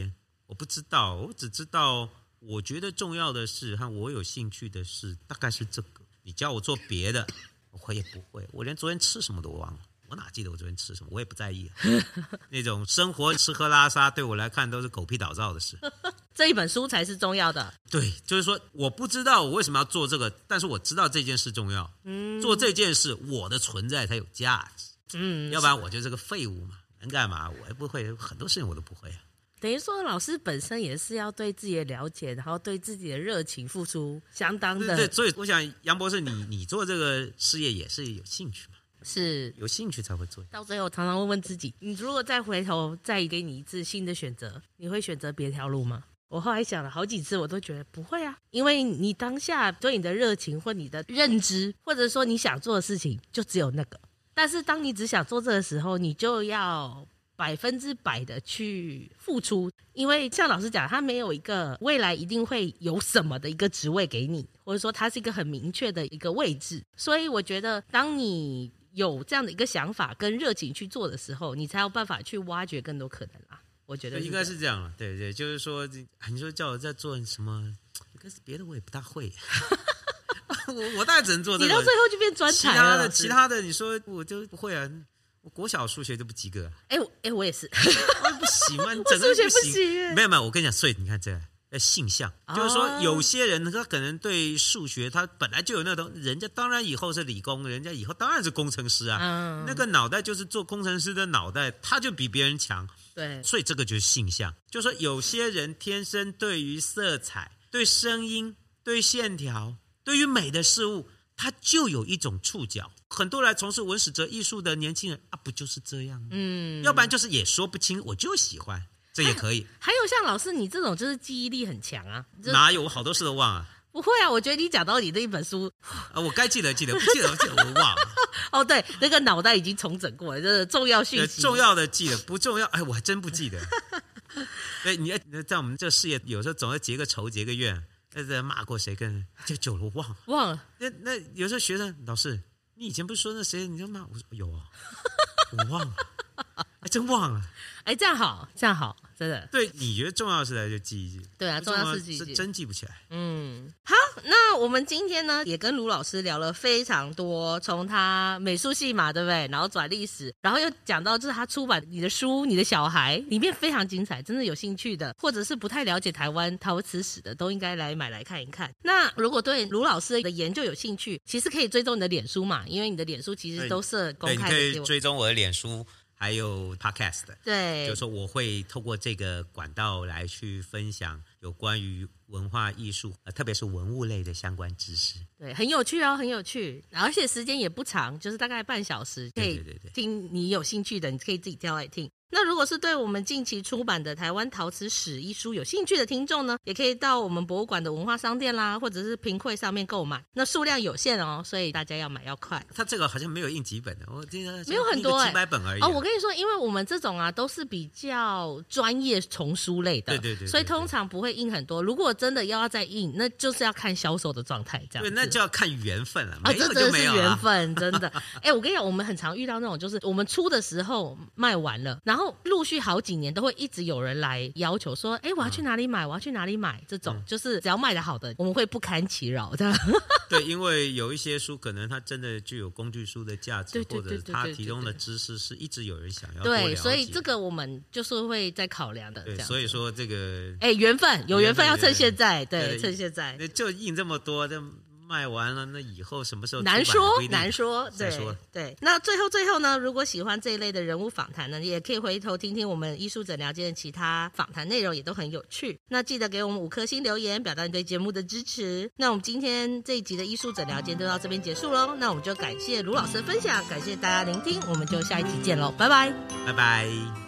我不知道，我只知道我觉得重要的事和我有兴趣的事大概是这个。你叫我做别的，我也不会。我连昨天吃什么都忘了，我哪记得我昨天吃什么？我也不在意那种生活吃喝拉撒对我来看都是狗屁倒灶的事。 这一本书才是重要的。 对，就是说我不知道我为什么要做这个，但是我知道这件事重要。做这件事我的存在才有价值。要不然我就是个废物嘛，能干嘛？我也不会，很多事情我都不会。 等于说老师本身也是要对自己的了解，然后对自己的热情付出相当的。 对，所以我想杨博士你做这个事业也是有兴趣嘛？ 是有兴趣才会做。 到最后常常会问自己，你如果再回头再给你一次新的选择，你会选择别条路吗？我后来想了好几次，我都觉得不会啊，因为你当下对你的热情或你的认知，或者说你想做的事情就只有那个。但是当你只想做这个时候，你就要100%的去付出，因为像老师讲，他没有一个未来一定会有什么的一个职位给你，或者说它是一个很明确的一个位置。所以我觉得当你有这样的一个想法跟热情去做的时候，你才有办法去挖掘更多可能啦。我觉得应该是这样了。对，就是说你说叫我在做什么，应该是别的我也不大会。我大概只能做这个， 你到最后就变专才了。 其他的你说我就不会啊。我国小数学就不及格。 我也是。 不行吗？你整个数学不行。 没有，我跟你讲，所以你看这个性向，就是说有些人他可能对数学他本来就有那种，人家当然以后是理工，人家以后当然是工程师啊。那个脑袋就是做工程师的脑袋，他就比别人强。 对， 所以这个就是性向，就是说有些人天生对于色彩、对声音、对线条、对于美的事物，他就有一种触角。很多来从事文史哲艺术的年轻人不就是这样吗？要不然就是也说不清，我就喜欢，这也可以。 还有像老师你这种就是记忆力很强啊。 哪有，我好多事都忘啊。 不会啊，我觉得你讲到你这一本书我该记得，不记得我忘了。 对，那个脑袋已经重整过了，这是重要讯息。 重要的记得，不重要我还真不记得。对，你在我们这事业有时候总要结个仇结个怨，骂过谁跟就久了我忘了。那有时候学生老师，你以前不是说那谁你就骂我说有啊，我忘了。真忘了。 这样好，真的。 对，你觉得重要的事来就记一记。 对啊，重要是记一记， 真记不起来。 好，那我们今天呢也跟卢老师聊了非常多，从他美术系嘛，对不对？然后转历史，然后又讲到就是他出版你的书，你的小孩里面非常精彩，真的有兴趣的，或者是不太了解台湾陶瓷史的，都应该来买来看一看。那如果对卢老师的研究有兴趣，其实可以追踪你的脸书嘛，因为你的脸书其实都是公开的。 对，你可以追踪我的脸书。还有 podcast， 对， 就是说我会透过这个管道来去分享有关于文化艺术，特别是文物类的相关知识。 对，很有趣哦，很有趣，而且时间也不长，就是大概半小时，可以听你有兴趣的，你可以自己挑来听。那如果是对我们近期出版的台湾陶瓷史一书有兴趣的听众呢，也可以到我们博物馆的文化商店啦，或者是屏柜上面购买。那数量有限哦，所以大家要买要快。 它这个好像没有印几本的，我记得没有很多几百本而已。 我跟你说，因为我们这种都是比较专业丛书类的， 对， 所以通常不会印很多。如果真的要再印，那就是要看销售的状态，这样子。 对，那就要看缘分了。没有就没有这真的是缘分，真的。我跟你讲，我们很常遇到那种，就是我们出的时候卖完了，然后陆续好几年都会一直有人来要求说，我要去哪里买，我要去哪里买。这种就是只要卖得好的，我们会不堪其扰的。 对，因为有一些书可能它真的具有工具书的价值，或者它提供的知识是一直有人想要多了解。 对，所以这个我们就是会在考量的。 对，所以说这个缘分有缘分要趁现在，对，趁现在。 那就印这么多，这卖完了，那以后什么时候难说，对。那最后呢，如果喜欢这一类的人物访谈呢，也可以回头听听我们艺术诊疗间的其他访谈内容，也都很有趣。那记得给我们5颗星留言，表达你对节目的支持。那我们今天这一集的艺术诊疗间就到这边结束咯。那我们就感谢卢老师的分享，感谢大家聆听，我们就下一集见咯，拜拜， 拜拜。